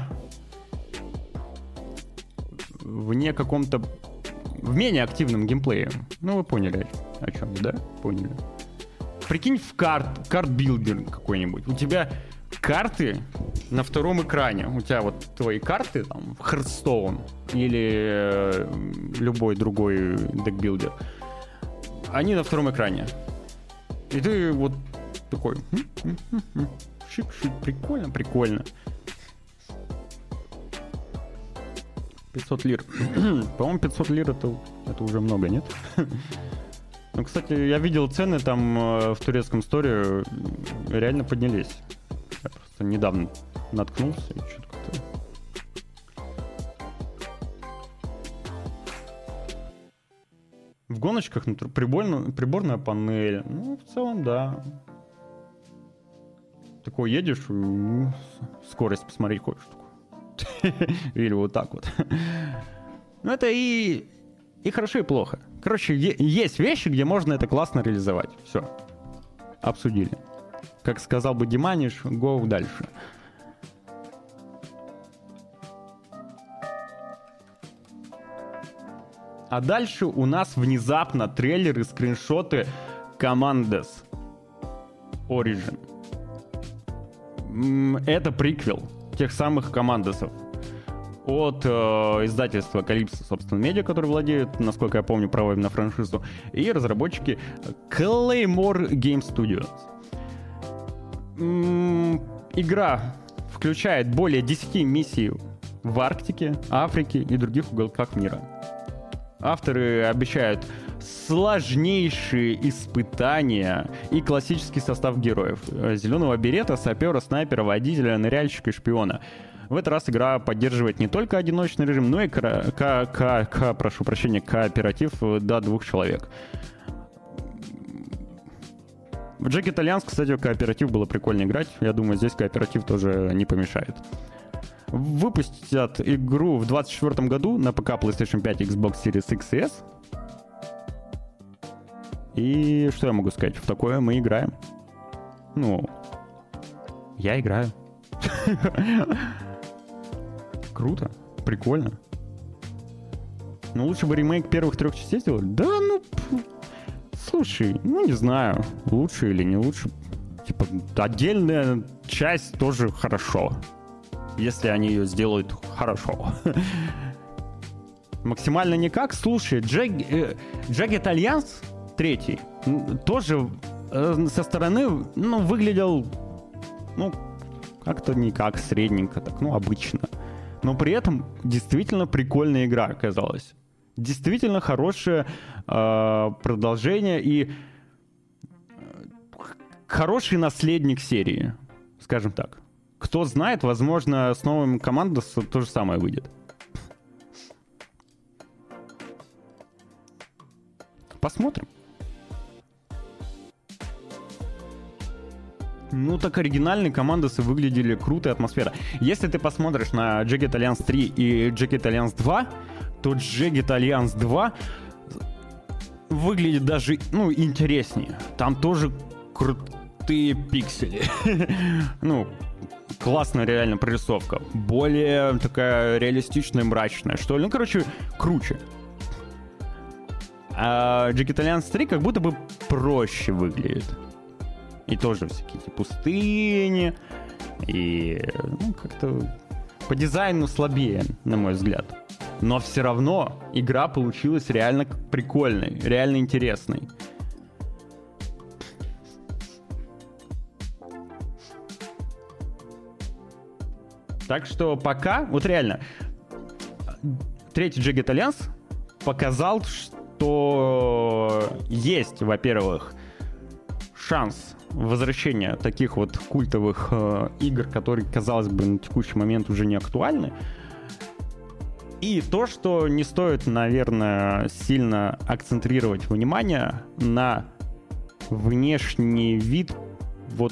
вне каком-то в менее активном геймплее. Ну, вы поняли, о чем, да? Поняли. Прикинь, в карт, карт-билдер какой-нибудь. У тебя карты на втором экране. У тебя вот твои карты, там, Hearthstone или э, любой другой декбилдер. Они на втором экране. И ты вот такой... Шик-шик, прикольно, прикольно. пятьсот лир. По-моему, пятьсот лир это, это уже много, нет? Ну, кстати, я видел цены там э, в турецком сторе реально поднялись. Я просто недавно наткнулся и что-то как-то... В гоночках ну, приборная, приборная панель. Ну, в целом, да. Такой едешь, скорость посмотреть хочешь. Или вот так вот. Ну, это и и хорошо, и плохо. Короче, е- есть вещи, где можно это классно реализовать. Все. Обсудили. Как сказал бы Диманиш, go дальше. А дальше у нас внезапно трейлеры, скриншоты Commandos Origin. Это приквел тех самых Командосов от э, издательства Calypso, собственно, Media, который владеет, насколько я помню, правами на франшизу, и разработчики Claymore Game Studios. М-м, игра включает более десяти миссий в Арктике, Африке и других уголках мира. Авторы обещают сложнейшие испытания и классический состав героев. Зеленого берета, сапера, снайпера, водителя, ныряльщика и шпиона. В этот раз игра поддерживает не только одиночный режим, но и кра- ка- ка- ка- прошу прощения, кооператив до двух человек. В Jagged Alliance, кстати, в кооператив было прикольно играть. Я думаю, здесь кооператив тоже не помешает. Выпустят игру в двадцать четвёртом году на ПК, PlayStation пять, Xbox Series X и S. И что я могу сказать? В такое мы играем. Ну, я играю. Круто, прикольно. Ну, лучше бы ремейк первых трех частей сделали. Да, ну, слушай, ну, не знаю, лучше или не лучше. Типа, отдельная часть тоже хорошо. Если они ее сделают хорошо. Максимально никак. Слушай, Jagged э, Alliance третий тоже э, со стороны, ну, выглядел, ну, как-то никак, средненько, так, ну, обычно. Но при этом действительно прикольная игра оказалась. Действительно хорошее э, продолжение и хороший наследник серии, скажем так. Кто знает, возможно, с новым Commandos то же самое выйдет. Посмотрим. Ну, так оригинальные Командосы выглядели круто, и атмосфера. Если ты посмотришь на Jagged Alliance три и Jagged Alliance два, то Jagged Alliance два выглядит даже, ну, интереснее. Там тоже крутые пиксели. Ну, классная реально прорисовка. Более такая реалистичная, мрачная, что ли. Ну, короче, круче. А Jagged Alliance три как будто бы проще выглядит. И тоже всякие эти пустыни. И, ну, как-то по дизайну слабее, на мой взгляд. Но все равно игра получилась реально прикольной, реально интересной. Так что пока, вот реально, третий Jagged Alliance показал, что есть, во-первых, шанс возвращения таких вот культовых э, игр, которые, казалось бы, на текущий момент уже не актуальны. И то, что не стоит, наверное, сильно акцентрировать внимание на внешний вид вот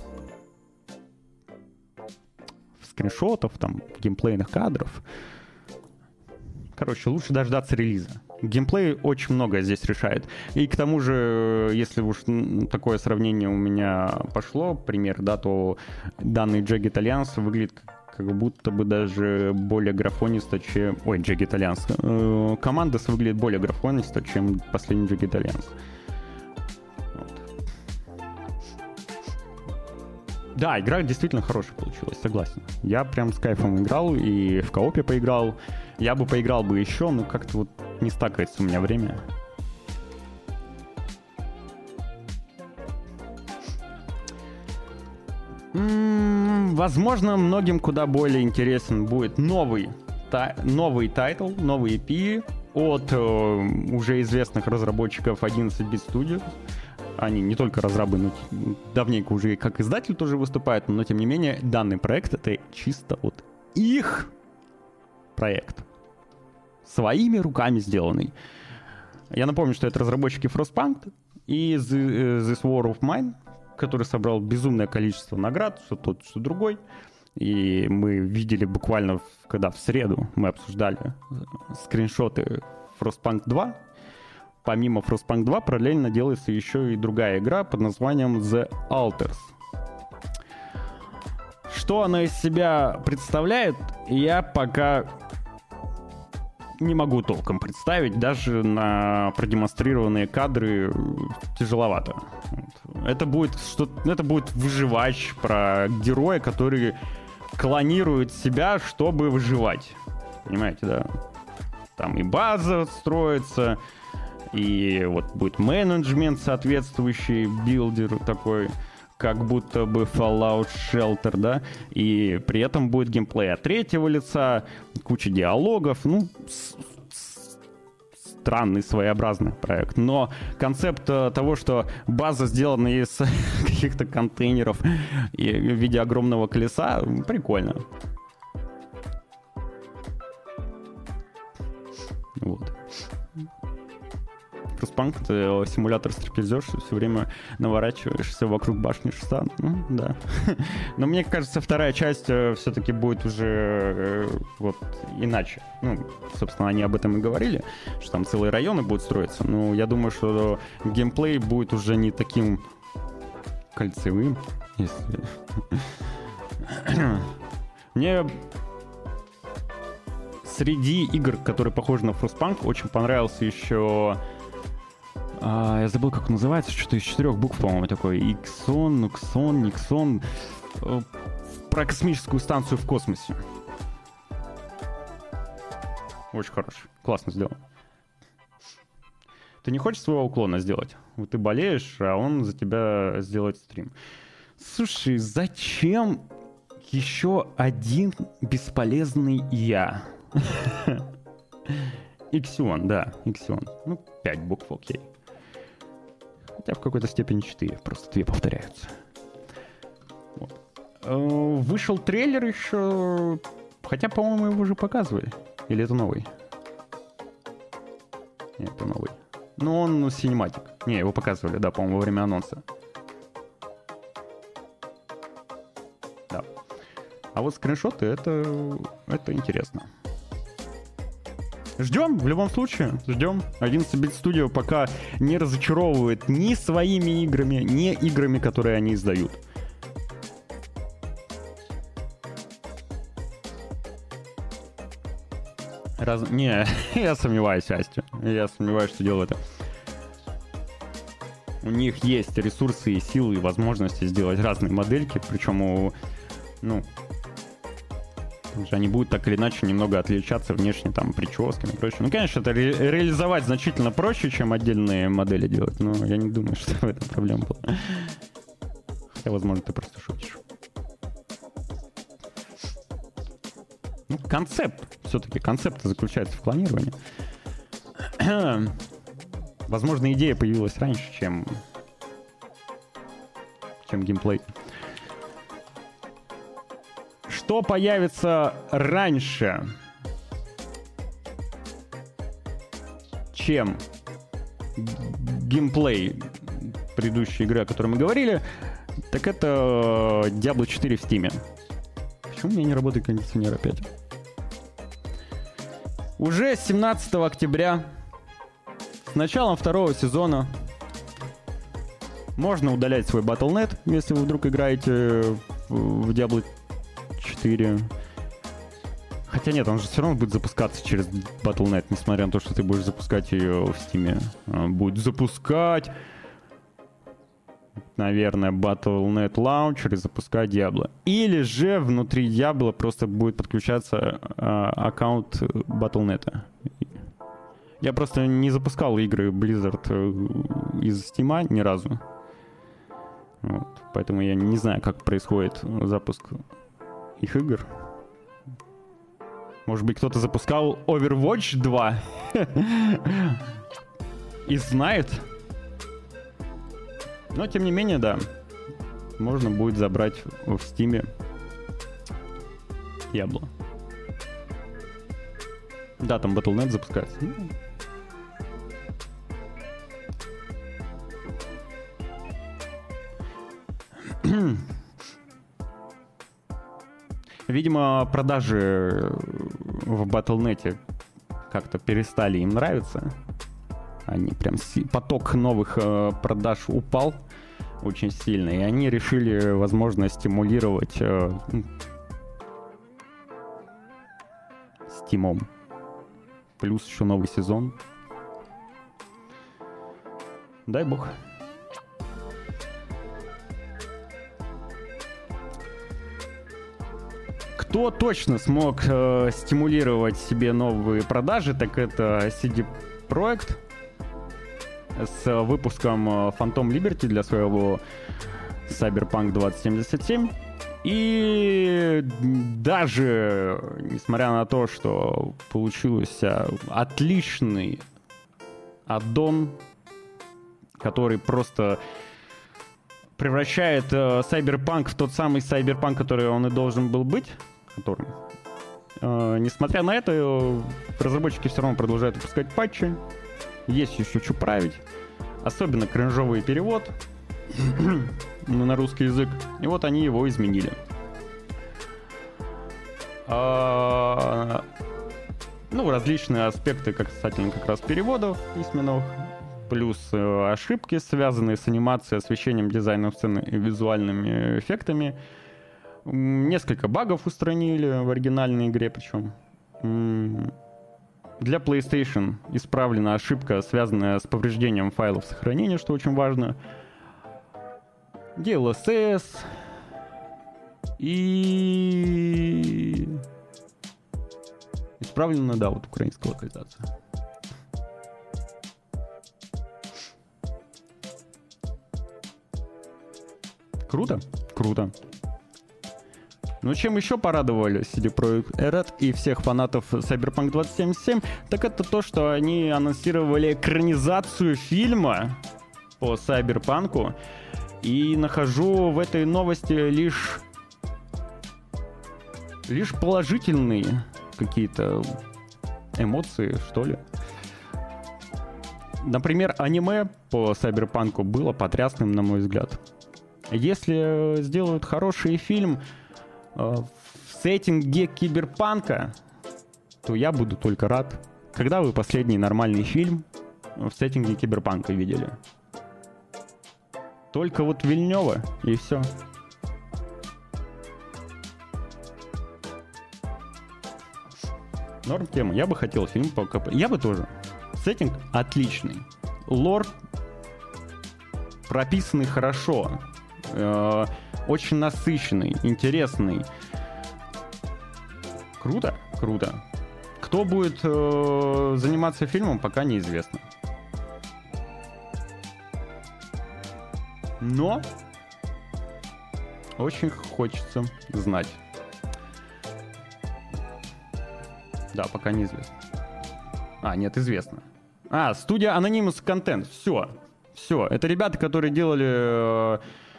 скриншотов, там, геймплейных кадров. Короче, лучше дождаться релиза. Геймплей очень многое здесь решает. И к тому же, если уж такое сравнение у меня пошло, пример, да, то данный Jagged Alliance выглядит как будто бы даже более графонисто, чем... Ой, Jagged Alliance. Commandos выглядит более графонисто, чем последний Jagged Alliance. Вот. Да, игра действительно хорошая получилась, согласен. Я прям с кайфом играл и в коопе поиграл. Я бы поиграл бы еще, но как-то вот не стакается у меня время. М-м, возможно, многим куда более интересен будет новый, та- новый тайтл, новый и пи от э, уже известных разработчиков одиннадцать бит Studios. Они не только разрабы, но давненько уже как издатель тоже выступают, но тем не менее данный проект — это чисто вот их проект. Своими руками сделанный. Я напомню, что это разработчики Frostpunk и This War of Mine, который собрал безумное количество наград, что тот, что другой. И мы видели буквально, когда в среду мы обсуждали скриншоты Frostpunk два. Помимо Frostpunk два параллельно делается еще и другая игра под названием The Alters. Что она из себя представляет, я пока не могу толком представить. Даже на продемонстрированные кадры тяжеловато. Это будет, что, это будет выживач про героя, который клонирует себя, чтобы выживать. Понимаете, да? Там и база строится, и вот будет менеджмент соответствующий, билдер такой, как будто бы Fallout Shelter, да, и при этом будет геймплей от третьего лица, куча диалогов, ну, с- с- странный, своеобразный проект. Но концепт э, того, что база сделана из каких-то контейнеров и в виде огромного колеса, прикольно. Вот. Frostpunk — это симулятор стрипизерш, все время наворачиваешься вокруг башни шеста. Ну, да. Но мне кажется, вторая часть э, все-таки будет уже э, вот иначе. Ну, собственно, они об этом и говорили, что там целые районы будут строиться. Но я думаю, что геймплей будет уже не таким кольцевым, если... Мне среди игр, которые похожи на Frostpunk, очень понравился еще... А, я забыл, как он называется, что-то из четырех букв, по-моему, такой. Иксон, Нуксон, Никсон. Э, Про космическую станцию в космосе. Очень хороший. Классно сделан. Ты не хочешь своего клона сделать? Вот ты болеешь, а он за тебя сделает стрим. Слушай, зачем еще один бесполезный я? Иксион, да, Иксион. Ну, пять букв, окей. Хотя в какой-то степени четыре, просто две повторяются. Вот. Вышел трейлер еще... Хотя, по-моему, его уже показывали. Или это новый? Нет, это новый. Ну, он синематик. Не, его показывали, да, по-моему, во время анонса. Да. А вот скриншоты, это... это интересно. Ждем, в любом случае, ждем. одиннадцать бит Studio пока не разочаровывает ни своими играми, ни играми, которые они издают. Раз... Не, я сомневаюсь, Астя. Я сомневаюсь, что дело это. У них есть ресурсы и силы, и возможности сделать разные модельки, причем у... Ну... Они будут так или иначе немного отличаться внешне, там, прическами и прочее. Ну, конечно, это ре- реализовать значительно проще, чем отдельные модели делать, но я не думаю, что в этом проблема была. Хотя, возможно, ты просто шутишь. Ну, концепт. Все-таки концепт заключается в клонировании. Возможно, идея появилась раньше, чем, чем геймплей. Что появится раньше, чем геймплей предыдущей игры, о которой мы говорили, так это Diablo четыре в Steam. Почему у меня не работает кондиционер опять? Уже семнадцатого октября, с началом второго сезона, можно удалять свой батл точка нет, если вы вдруг играете в Diablo четыре. Хотя нет, он же все равно будет запускаться через батл точка нет, несмотря на то, что ты будешь запускать ее в Steam. Он будет запускать, наверное, батл точка нет Launcher и запускать Diablo. Или же внутри Diablo просто будет подключаться а, аккаунт батл точка нет. Я просто не запускал игры Blizzard из Steam ни разу. Вот. Поэтому я не знаю, как происходит запуск их игр. Может быть, кто-то запускал Overwatch два и знает. Но, тем не менее, да, можно будет забрать в Steam Diablo. Да, там батл точка нет запускается. Видимо, продажи в батл точка нет как-то перестали им нравиться. Они прям поток новых э, продаж упал очень сильно, и они решили, возможно, стимулировать э, стимом. Плюс еще новый сезон. Дай бог. Кто точно смог э, стимулировать себе новые продажи, так это си ди Projekt с выпуском Phantom Liberty для своего Cyberpunk двадцать семьдесят семь. И даже несмотря на то, что получился отличный аддон, который просто превращает э, Cyberpunk в тот самый Cyberpunk, который он и должен был быть, которым. Э, несмотря на это, э, разработчики все равно продолжают выпускать патчи. Есть еще что править. Особенно кринжовый перевод на русский язык. И вот они его изменили. А, ну, различные аспекты касательно как раз переводов письменных. Плюс э, ошибки, связанные с анимацией, освещением, дизайном сцены и визуальными эффектами. Несколько багов устранили в оригинальной игре, причем. Для PlayStation исправлена ошибка, связанная с повреждением файлов сохранения, что очень важно. ди эл эс эс. И... исправлена, да, вот украинская локализация. Круто? Круто. Ну, чем еще порадовали си ди Projekt Red и всех фанатов Cyberpunk двадцать семьдесят семь, так это то, что они анонсировали экранизацию фильма по Cyberpunk'у. И нахожу в этой новости лишь... лишь положительные какие-то эмоции, что ли. Например, аниме по Cyberpunk'у было потрясным, на мой взгляд. Если сделают хороший фильм э, в сеттинге киберпанка, то я буду только рад. Когда вы последний нормальный фильм в сеттинге киберпанка видели? Только вот Вильнёва, и все. Норм тема. Я бы хотел фильм по КП. Я бы тоже. Сеттинг отличный. Лор прописанный хорошо. Э, очень насыщенный, интересный. Круто, круто. Кто будет э, заниматься фильмом, пока неизвестно. Но очень хочется знать. Да, пока неизвестно. А, нет, известно. А, студия Anonymous Content. Все. Все. Это ребята, которые делали э,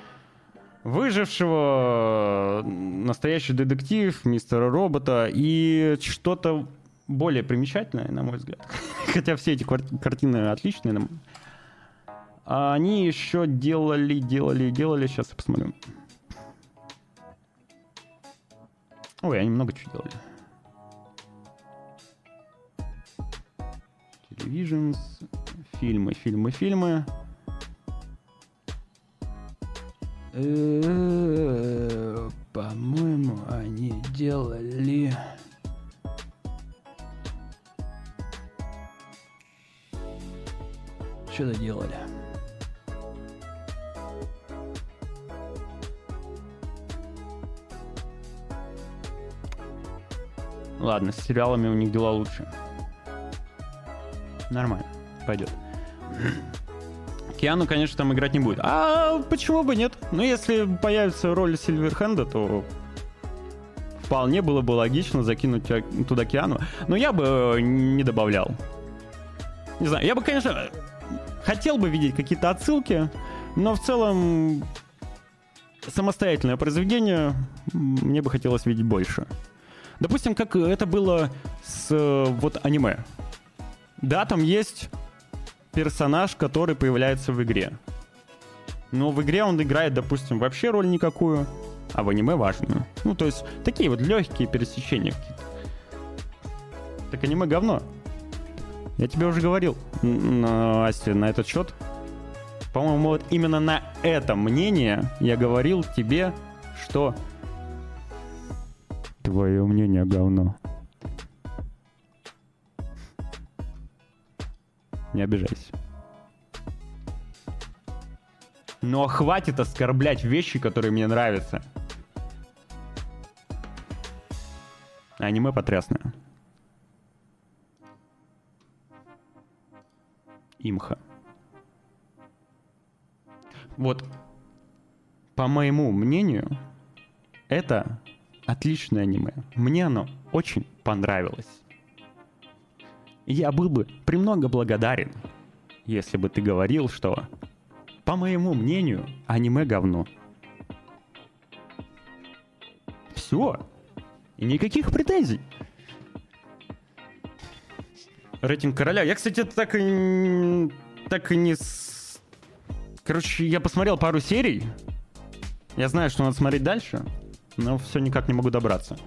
Выжившего, Настоящий детектив, Мистера Робота и что-то более примечательное, на мой взгляд. Хотя все эти квар- картины отличные. А они еще делали, делали, делали. Сейчас я посмотрю. Ой, они много чего делали. Televisions, фильмы, фильмы, фильмы. По-моему, они делали... Что-то делали. Ладно, с сериалами у них дела лучше. Нормально, пойдет. Киану, конечно, там играть не будет. А почему бы нет? Ну, если появится роль Сильверхенда, то вполне было бы логично закинуть туда Киану. Но я бы не добавлял. Не знаю, я бы, конечно, хотел бы видеть какие-то отсылки, но в целом самостоятельное произведение мне бы хотелось видеть больше. Допустим, как это было с вот аниме. Да, там есть персонаж, который появляется в игре. Но в игре он играет, допустим, вообще роль никакую, а в аниме важную. Ну, то есть, такие вот легкие пересечения какие-то. Так аниме говно. Я тебе уже говорил, Асти, на этот счет. По-моему, вот именно на это мнение я говорил тебе, что твое мнение говно. Не обижайся. Но хватит оскорблять вещи, которые мне нравятся. Аниме потрясное. Имха. Вот, по моему мнению, это отличное аниме. Мне оно очень понравилось. Я был бы премного благодарен, если бы ты говорил, что, по моему мнению, аниме говно. Все. И никаких претензий. Рейтинг короля. Я, кстати, так и, так и не... Короче, я посмотрел пару серий. Я знаю, что надо смотреть дальше, но все никак не могу добраться.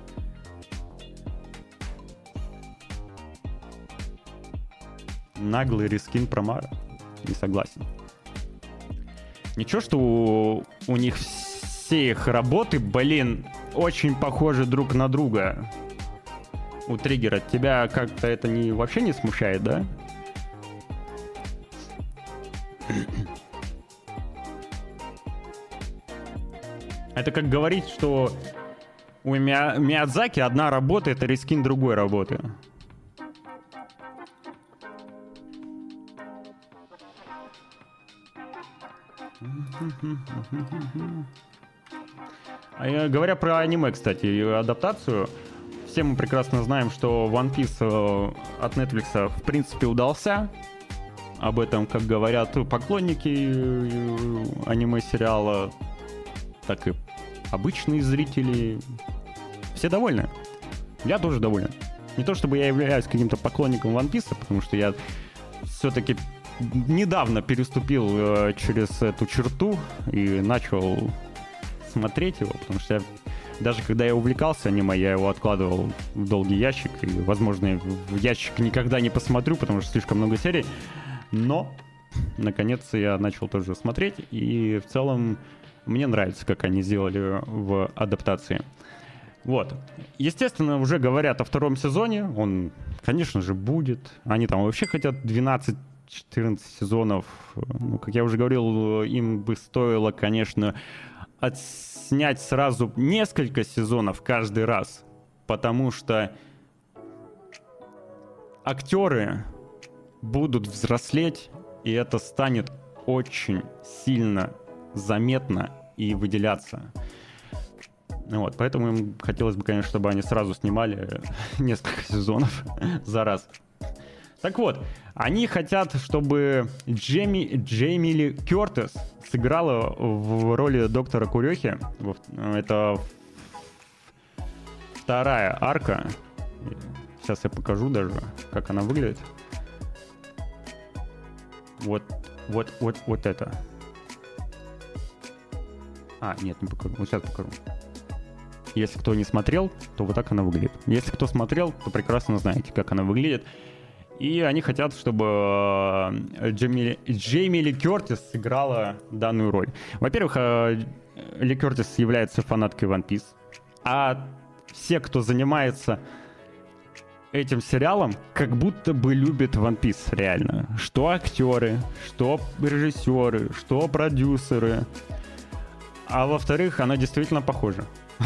Наглый рескин Промара. Не согласен. Ничего, что у, у них все их работы, блин, очень похожи друг на друга. У Триггера. Тебя как-то это не, вообще не смущает, да? Это как говорить, что у Мия... Миядзаки одна работа — это рескин другой работы. А я, говоря про аниме, кстати, и адаптацию, все мы прекрасно знаем, что One Piece от Netflix в принципе удался. Об этом, как говорят поклонники аниме-сериала, так и обычные зрители. Все довольны. Я тоже доволен. Не то чтобы я являюсь каким-то поклонником One Piece, потому что я все-таки недавно переступил э, через эту черту и начал смотреть его, потому что я, даже когда я увлекался аниме, я его откладывал в долгий ящик, и, возможно, в ящик никогда не посмотрю, потому что слишком много серий, но наконец я начал тоже смотреть, и в целом мне нравится, как они сделали в адаптации. Вот. Естественно, уже говорят о втором сезоне, он, конечно же, будет. Они там вообще хотят двенадцать-четырнадцать сезонов. Ну, как я уже говорил, им бы стоило, конечно, отснять сразу несколько сезонов каждый раз, потому что актеры будут взрослеть, и это станет очень сильно заметно и выделяться. Вот, поэтому им хотелось бы, конечно, чтобы они сразу снимали несколько сезонов за раз. Так вот, они хотят, чтобы Джейми, Джейми Ли Кёртис сыграла в роли доктора Курёхи. Это вторая арка. Сейчас я покажу даже, как она выглядит. Вот, вот, вот, вот это. А, нет, не покажу. Вот сейчас покажу. Если кто не смотрел, то вот так она выглядит. Если кто смотрел, то прекрасно знаете, как она выглядит. И они хотят, чтобы Джейми, Джейми Ли Кёртис сыграла данную роль. Во-первых, Ли Кёртис является фанаткой One Piece. А все, кто занимается этим сериалом, как будто бы любят One Piece реально. Что актеры, что режиссеры, что продюсеры. А во-вторых, она действительно похожа.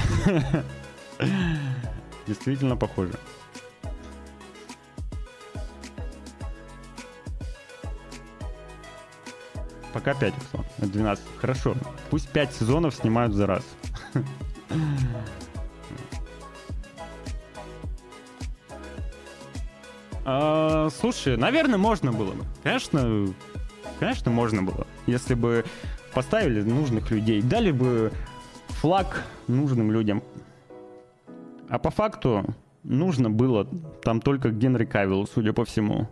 Действительно похожа. Пока пять сезонов. двенадцать. Хорошо. Пусть пять сезонов снимают за раз. а, слушай, наверное, можно было бы. Конечно, конечно, можно было. Если бы поставили нужных людей, дали бы флаг нужным людям. А по факту нужно было там только Генри Кавиллу, судя по всему.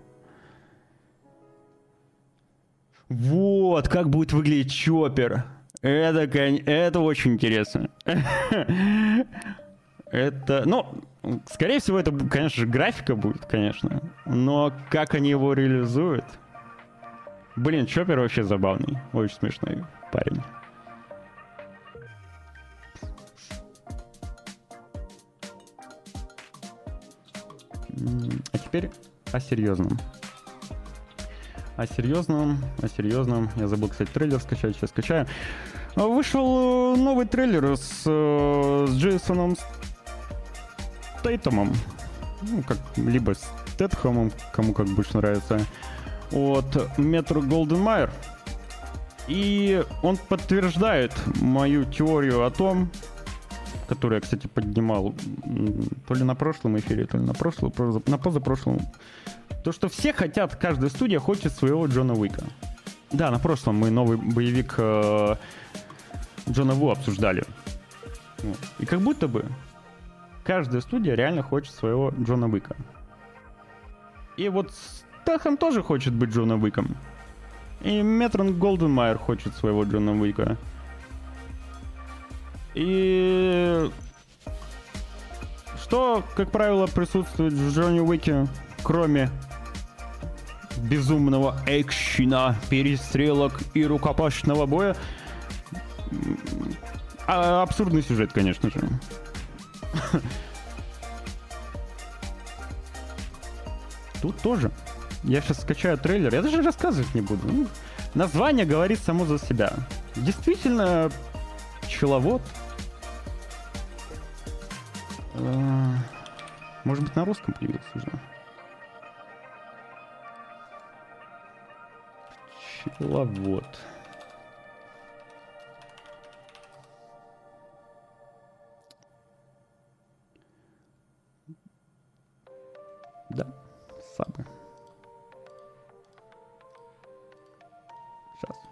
Вот, как будет выглядеть Чоппер. Это, это очень интересно. Это, ну, Скорее всего, это, конечно же, графика будет, конечно. Но как они его реализуют... Блин, Чоппер вообще забавный. Очень смешной парень. А теперь о серьезном. О серьезном, о серьезном. Я забыл, кстати, трейлер скачать, сейчас скачаю. Вышел новый трейлер с, с Джейсоном Стейтемом. Ну, как, либо с Стэтхэмом, кому как больше нравится. От Metro Golden Mayer. И он подтверждает мою теорию о том, которую я, кстати, поднимал то ли на прошлом эфире, то ли на прошлом, на позапрошлом. То, что все хотят, каждая студия хочет своего Джона Уика. Да, на прошлом мы новый боевик э, Джона Ву обсуждали. Вот. И как будто бы каждая студия реально хочет своего Джона Уика. И вот Стэтхэм тоже хочет быть Джоном Уиком. И Метро Голден Майер хочет своего Джона Уика. И что, как правило, присутствует в Джонни Уике, кроме безумного экшена, перестрелок и рукопашного боя? А, абсурдный сюжет, конечно же. Тут тоже. Я сейчас скачаю трейлер, я даже рассказывать не буду. Ну, название говорит само за себя. Действительно, пчеловод. Может быть, на русском появился уже. Пчеловод. Да, самый. Сейчас.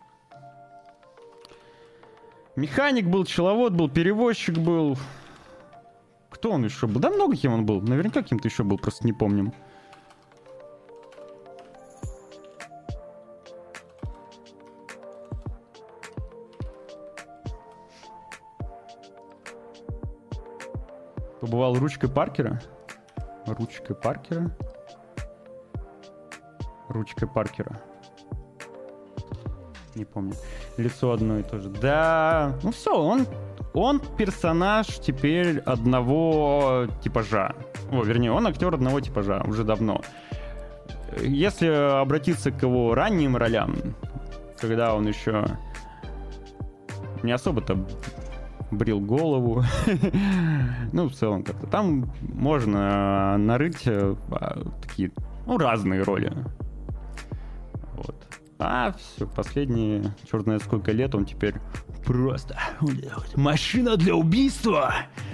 Механик был, пчеловод был, перевозчик был. Кто он еще был? Да много кем он был. Наверняка кем-то еще был, просто не помним. Побывал ручкой Паркера. Ручкой Паркера. Ручкой Паркера. Не помню. Лицо одно и то же. Да, ну все, он, он персонаж теперь одного типажа. О, вернее, он актер одного типажа уже давно. Если обратиться к его ранним ролям, когда он еще не особо-то брил голову, ну, в целом как-то, там можно нарыть такие, ну, разные роли. Вот. А все, последние, черт знает сколько лет, он теперь просто машина для убийства.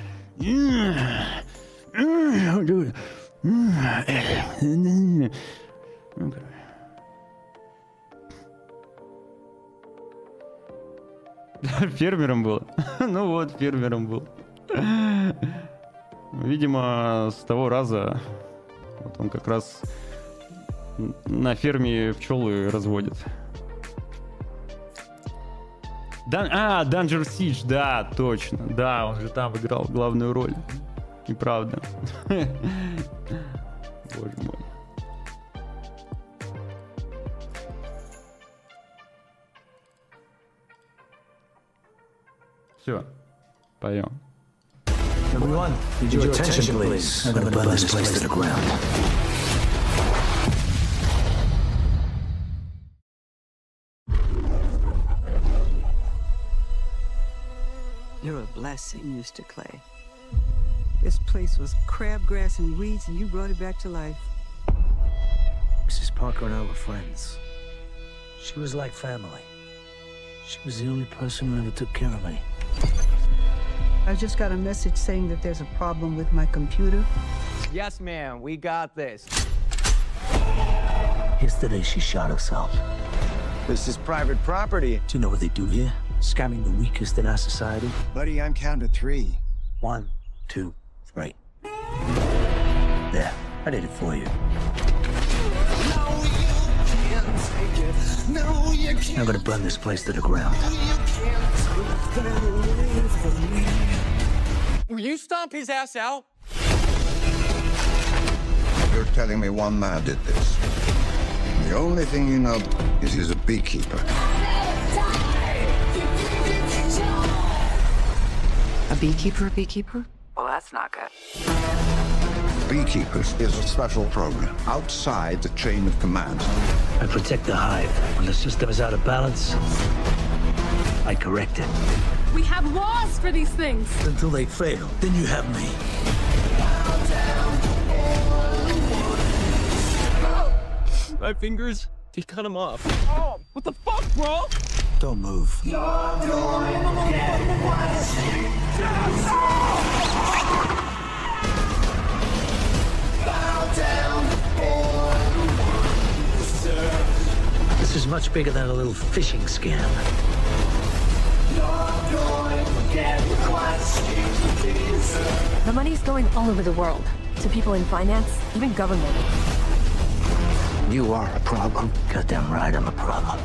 Фермером был. Ну вот, фермером был. Видимо, с того раза вот он как раз на ферме пчелы разводит. Дан... А, Danger Siege, да, точно. Да, он же там играл главную роль. И правда. Боже мой. Все, поем.
Everyone, need your attention, please. I'm gonna burn this place to the ground.
You're a blessing, Mister Clay. This place was crabgrass and weeds, and you brought it back to life.
Missus Parker and I were friends. She was like family. She was the only person who ever took care of me.
I just got a message saying that there's a problem with my computer.
Yes, ma'am, we got this.
Yesterday, she shot herself.
This is private property.
Do you know what they do here? Scamming the weakest in our society.
Buddy, I'm counting to three.
One, two, three. There, I did it for you.
No, you can't.
I'm gonna burn this place to the ground.
Will you stomp his ass out?
You're telling me one man did this. The only thing you know is he's a beekeeper.
A beekeeper, a beekeeper? Well, that's not good.
Beekeepers is a special program outside the chain of command.
I protect the hive. When the system is out of balance, I correct it.
We have laws for these things.
Until they fail, then you have me.
My fingers, he cut them off. Oh, what the fuck, bro?
Don't move. This is much bigger than a little phishing scam.
The money's going all over the world. To people in finance, even government.
You are a problem. Goddamn right, I'm a problem.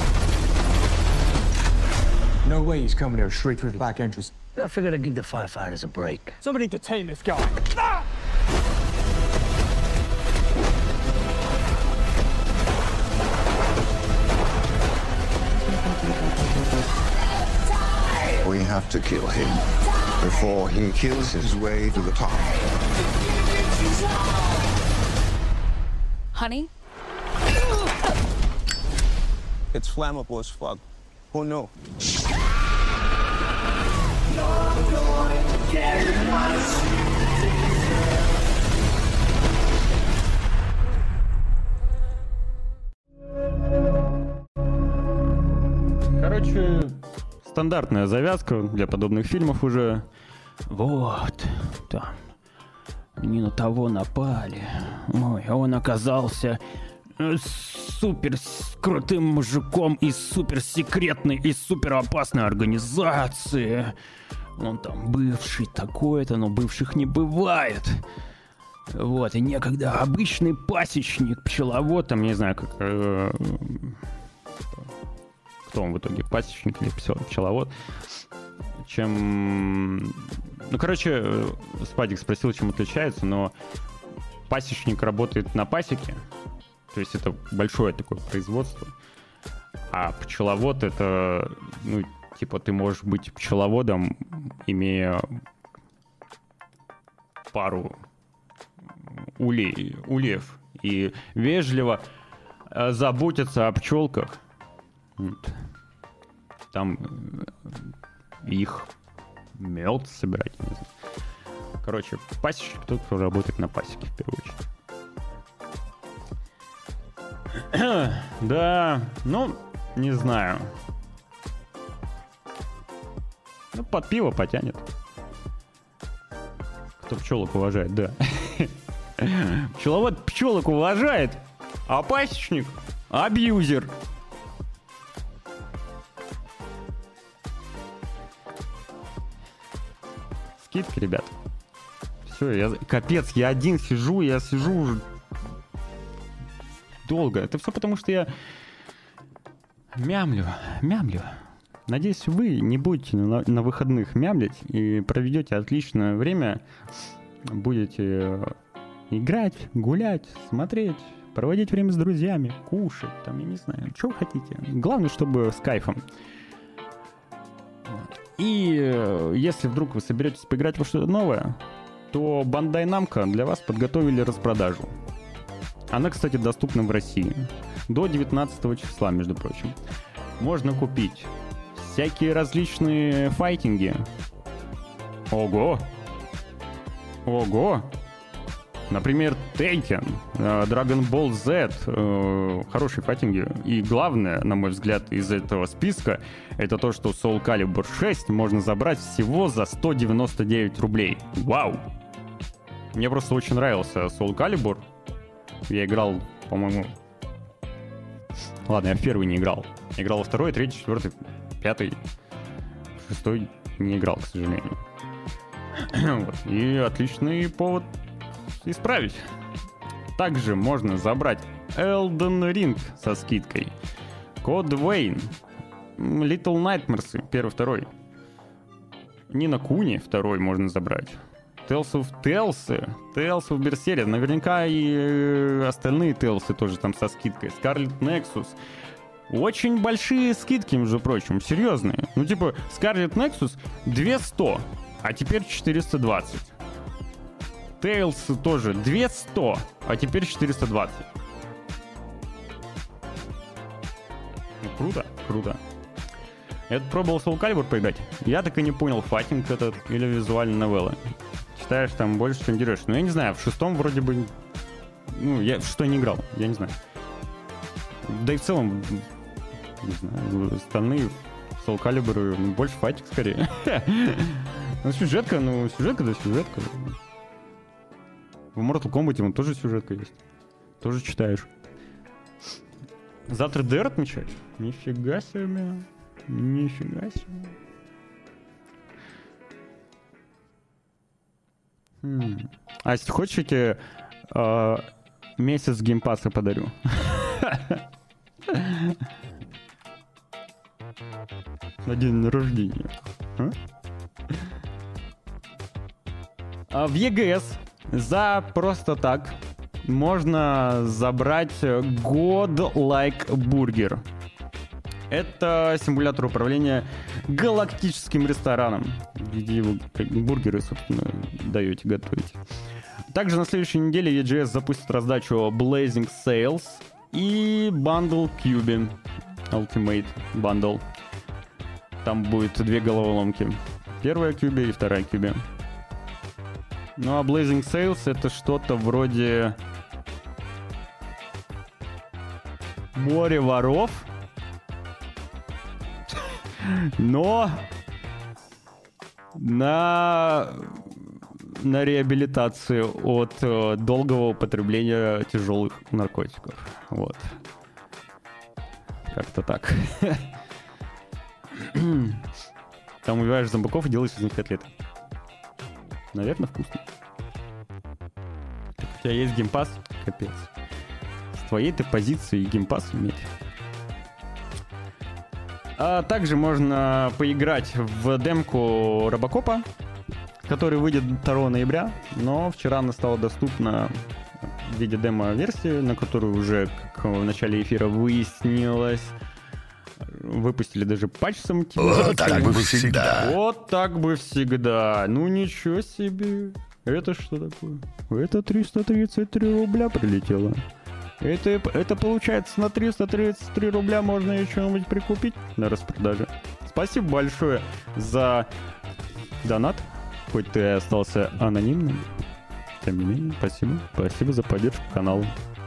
No way he's coming here straight through the back entrance.
I figured I'd give the firefighters a break.
Somebody detain this guy. Ah!
We have to kill him before he kills his way to the top.
Honey?
It's flammable as fuck. Who knew?
Короче, стандартная завязка для подобных фильмов уже. Вот, там. Не на того напали. Ой, а он оказался супер крутым мужиком из супер секретной и супер опасной организации. Он там бывший такой-то, но бывших не бывает. Вот, и некогда обычный пасечник, пчеловод, там, не знаю, как... Э, кто он в итоге, пасечник или пчеловод? Чем... Ну, короче, Спадик спросил, чем отличается, но пасечник работает на пасеке, то есть это большое такое производство, а пчеловод — это, ну, типа, ты можешь быть пчеловодом, имея пару улей, ульев, и вежливо заботиться о пчелках. Там их мед собирать, не знаю. Короче, пасечник — тот, кто работает на пасеке, в первую очередь. Да, ну, не знаю. Ну, под пиво потянет. Кто пчелок уважает, да. Пчеловод пчелок уважает, а пасечник — абьюзер. Скидки, ребят. Все, я... Капец, я один сижу, я сижу уже долго. Это все потому, что я мямлю, мямлю. Надеюсь, вы не будете на, на выходных мямлить и проведете отличное время. Будете играть, гулять, смотреть, проводить время с друзьями, кушать, там, я не знаю, что вы хотите. Главное, чтобы с кайфом. Вот. И э, если вдруг вы соберетесь поиграть во что-то новое, то Bandai Namco для вас подготовили распродажу. Она, кстати, доступна в России до девятнадцатого числа, между прочим. Можно купить всякие различные файтинги. Ого! Ого! Например, Tekken, Dragon Ball Z, э, хорошие файтинги. И главное, на мой взгляд, из этого списка, это то, что Soul Calibur шесть можно забрать всего за сто девяносто девять рублей. Вау! Мне просто очень нравился Soul Calibur. Я играл, по-моему... Ладно, я в первый не играл. Я играл во второй, третий, четвертый, пятый. Шестой не играл, к сожалению. Вот. И отличный повод исправить. Также можно забрать Elden Ring со скидкой, Code Vein, Little Nightmares первый, второй, Ни no Kuni второй можно забрать, Tales of Tales. Tales of Berseria. Наверняка и остальные Tales тоже там со скидкой. Scarlet Nexus. Очень большие скидки, между прочим, серьезные. Ну, типа, Scarlet Nexus двести сто, а теперь четыреста двадцать. Tales тоже двести сто, а теперь четыреста двадцать. Ну, круто, круто. Я пробовал Soul Calibur поиграть. Я так и не понял, файтинг этот или визуальная новелла. Читаешь там больше, чем дерешь. Но я не знаю, в шестом вроде бы... Ну, я в шестой не играл, я не знаю. Да и в целом... Не знаю, остальные Soul Calibur, ну, больше файтинг скорее. Ну, сюжетка, ну, сюжетка, да, сюжетка. В Mortal Kombat вон тоже сюжетка есть. Тоже читаешь. Завтра ДР отмечать? Нифига себе. Нифига себе. Хм. А если хочете, э, месяц геймпасса подарю. На день рождения. А? А в ЕГС за просто так можно забрать Godlike Burger. Это симулятор управления галактическим рестораном, где вы бургеры, собственно, даете готовить. Также на следующей неделе и джи эс запустит раздачу Blazing Sales и Bundle Cube. Ultimate Bundle. Там будет две головоломки. Первая Cube и вторая Cube. Ну а Blazing Sales это что-то вроде море воров, но на, на реабилитацию от э, долгого употребления тяжелых наркотиков. Вот. Как-то так. Там убиваешь зомбаков и делаешь из них котлеты. Наверное, вкусно. У тебя есть геймпас? Капец. С твоей-то позиции геймпас иметь. А также можно поиграть в демку Робокопа, который выйдет второго ноября, но вчера она стала доступна в виде демо-версии, на которую уже, как в начале эфира выяснилось, выпустили даже патч с амортизацией.
Вот так бы всегда.
Вот так бы всегда. Ну ничего себе. Это что такое? Это триста тридцать три рубля прилетело. Это, это получается на триста тридцать три рубля можно еще что-нибудь прикупить на распродаже. Спасибо большое за донат. Хоть ты и остался анонимным. Тем не менее, спасибо. Спасибо за поддержку канала.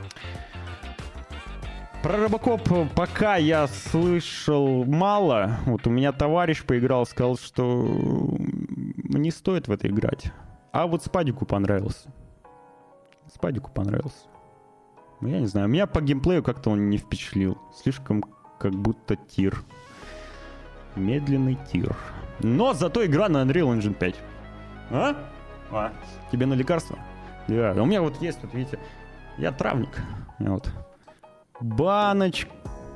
Про Робокоп пока я слышал мало. Вот у меня товарищ поиграл, сказал, что не стоит в это играть. А вот Спадику понравился. Спадику понравился. Ну, я не знаю, меня по геймплею как-то он не впечатлил. Слишком как будто тир. Медленный тир. Но зато игра на Unreal Engine пять. А? А? Тебе на лекарство? Да. У меня вот есть, вот видите, я травник. Я вот... Баночка.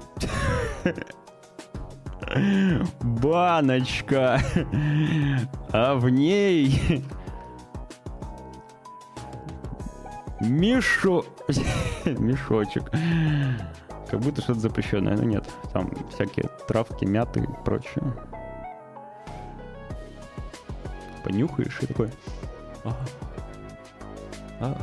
Баночка. А в ней... Мешо... Мешочек. Как будто что-то запрещенное, но нет. Там всякие травки, мяты и прочее. Понюхаешь и такой... А. А.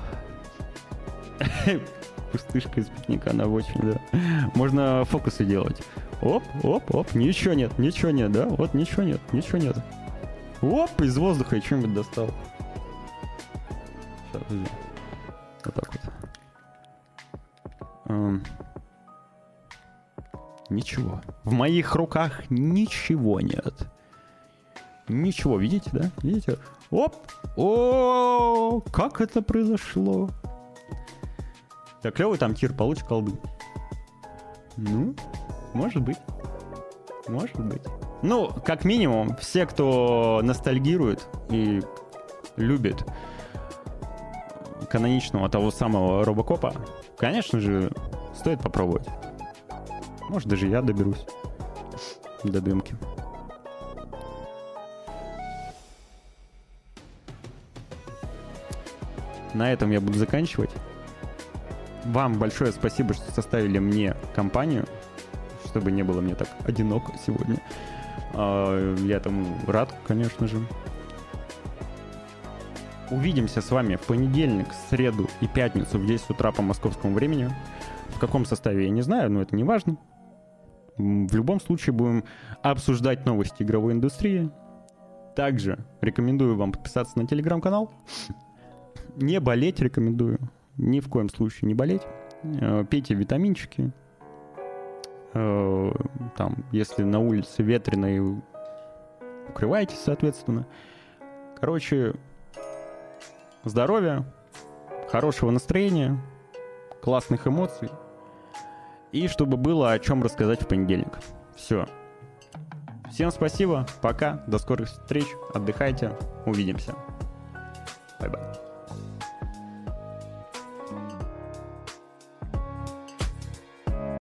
Пустышка из пикника, она очень, да. Можно фокусы делать. Оп, оп, оп, ничего нет, ничего нет, да? Вот ничего нет, ничего нет. Оп, из воздуха и что-нибудь достал. Сейчас, подожди. Вот так вот. Эм. Ничего. В моих руках ничего нет. Ничего, видите, да? Видите? Оп! О, как это произошло? Да клевый там тир, получишь колды. Ну, может быть. Может быть. Ну, как минимум, все, кто ностальгирует и любит каноничного того самого Робокопа, конечно же, стоит попробовать. Может, даже я доберусь до демки. на этом я буду заканчивать. Вам большое спасибо, что составили мне компанию, чтобы не было мне так одиноко сегодня. Я этому рад, конечно же. Увидимся с вами в понедельник, среду и пятницу в десять утра по московскому времени. В каком составе я не знаю, но это не важно. В любом случае будем обсуждать новости игровой индустрии. Также рекомендую вам подписаться на телеграм-канал. Не болеть рекомендую. Ни в коем случае не болеть. Пейте витаминчики. Там, если на улице ветрено, укрывайтесь, соответственно. Короче, здоровья, хорошего настроения, классных эмоций. И чтобы было о чем рассказать в понедельник. Все. Всем спасибо, пока, до скорых встреч, отдыхайте, увидимся. Бай-бай.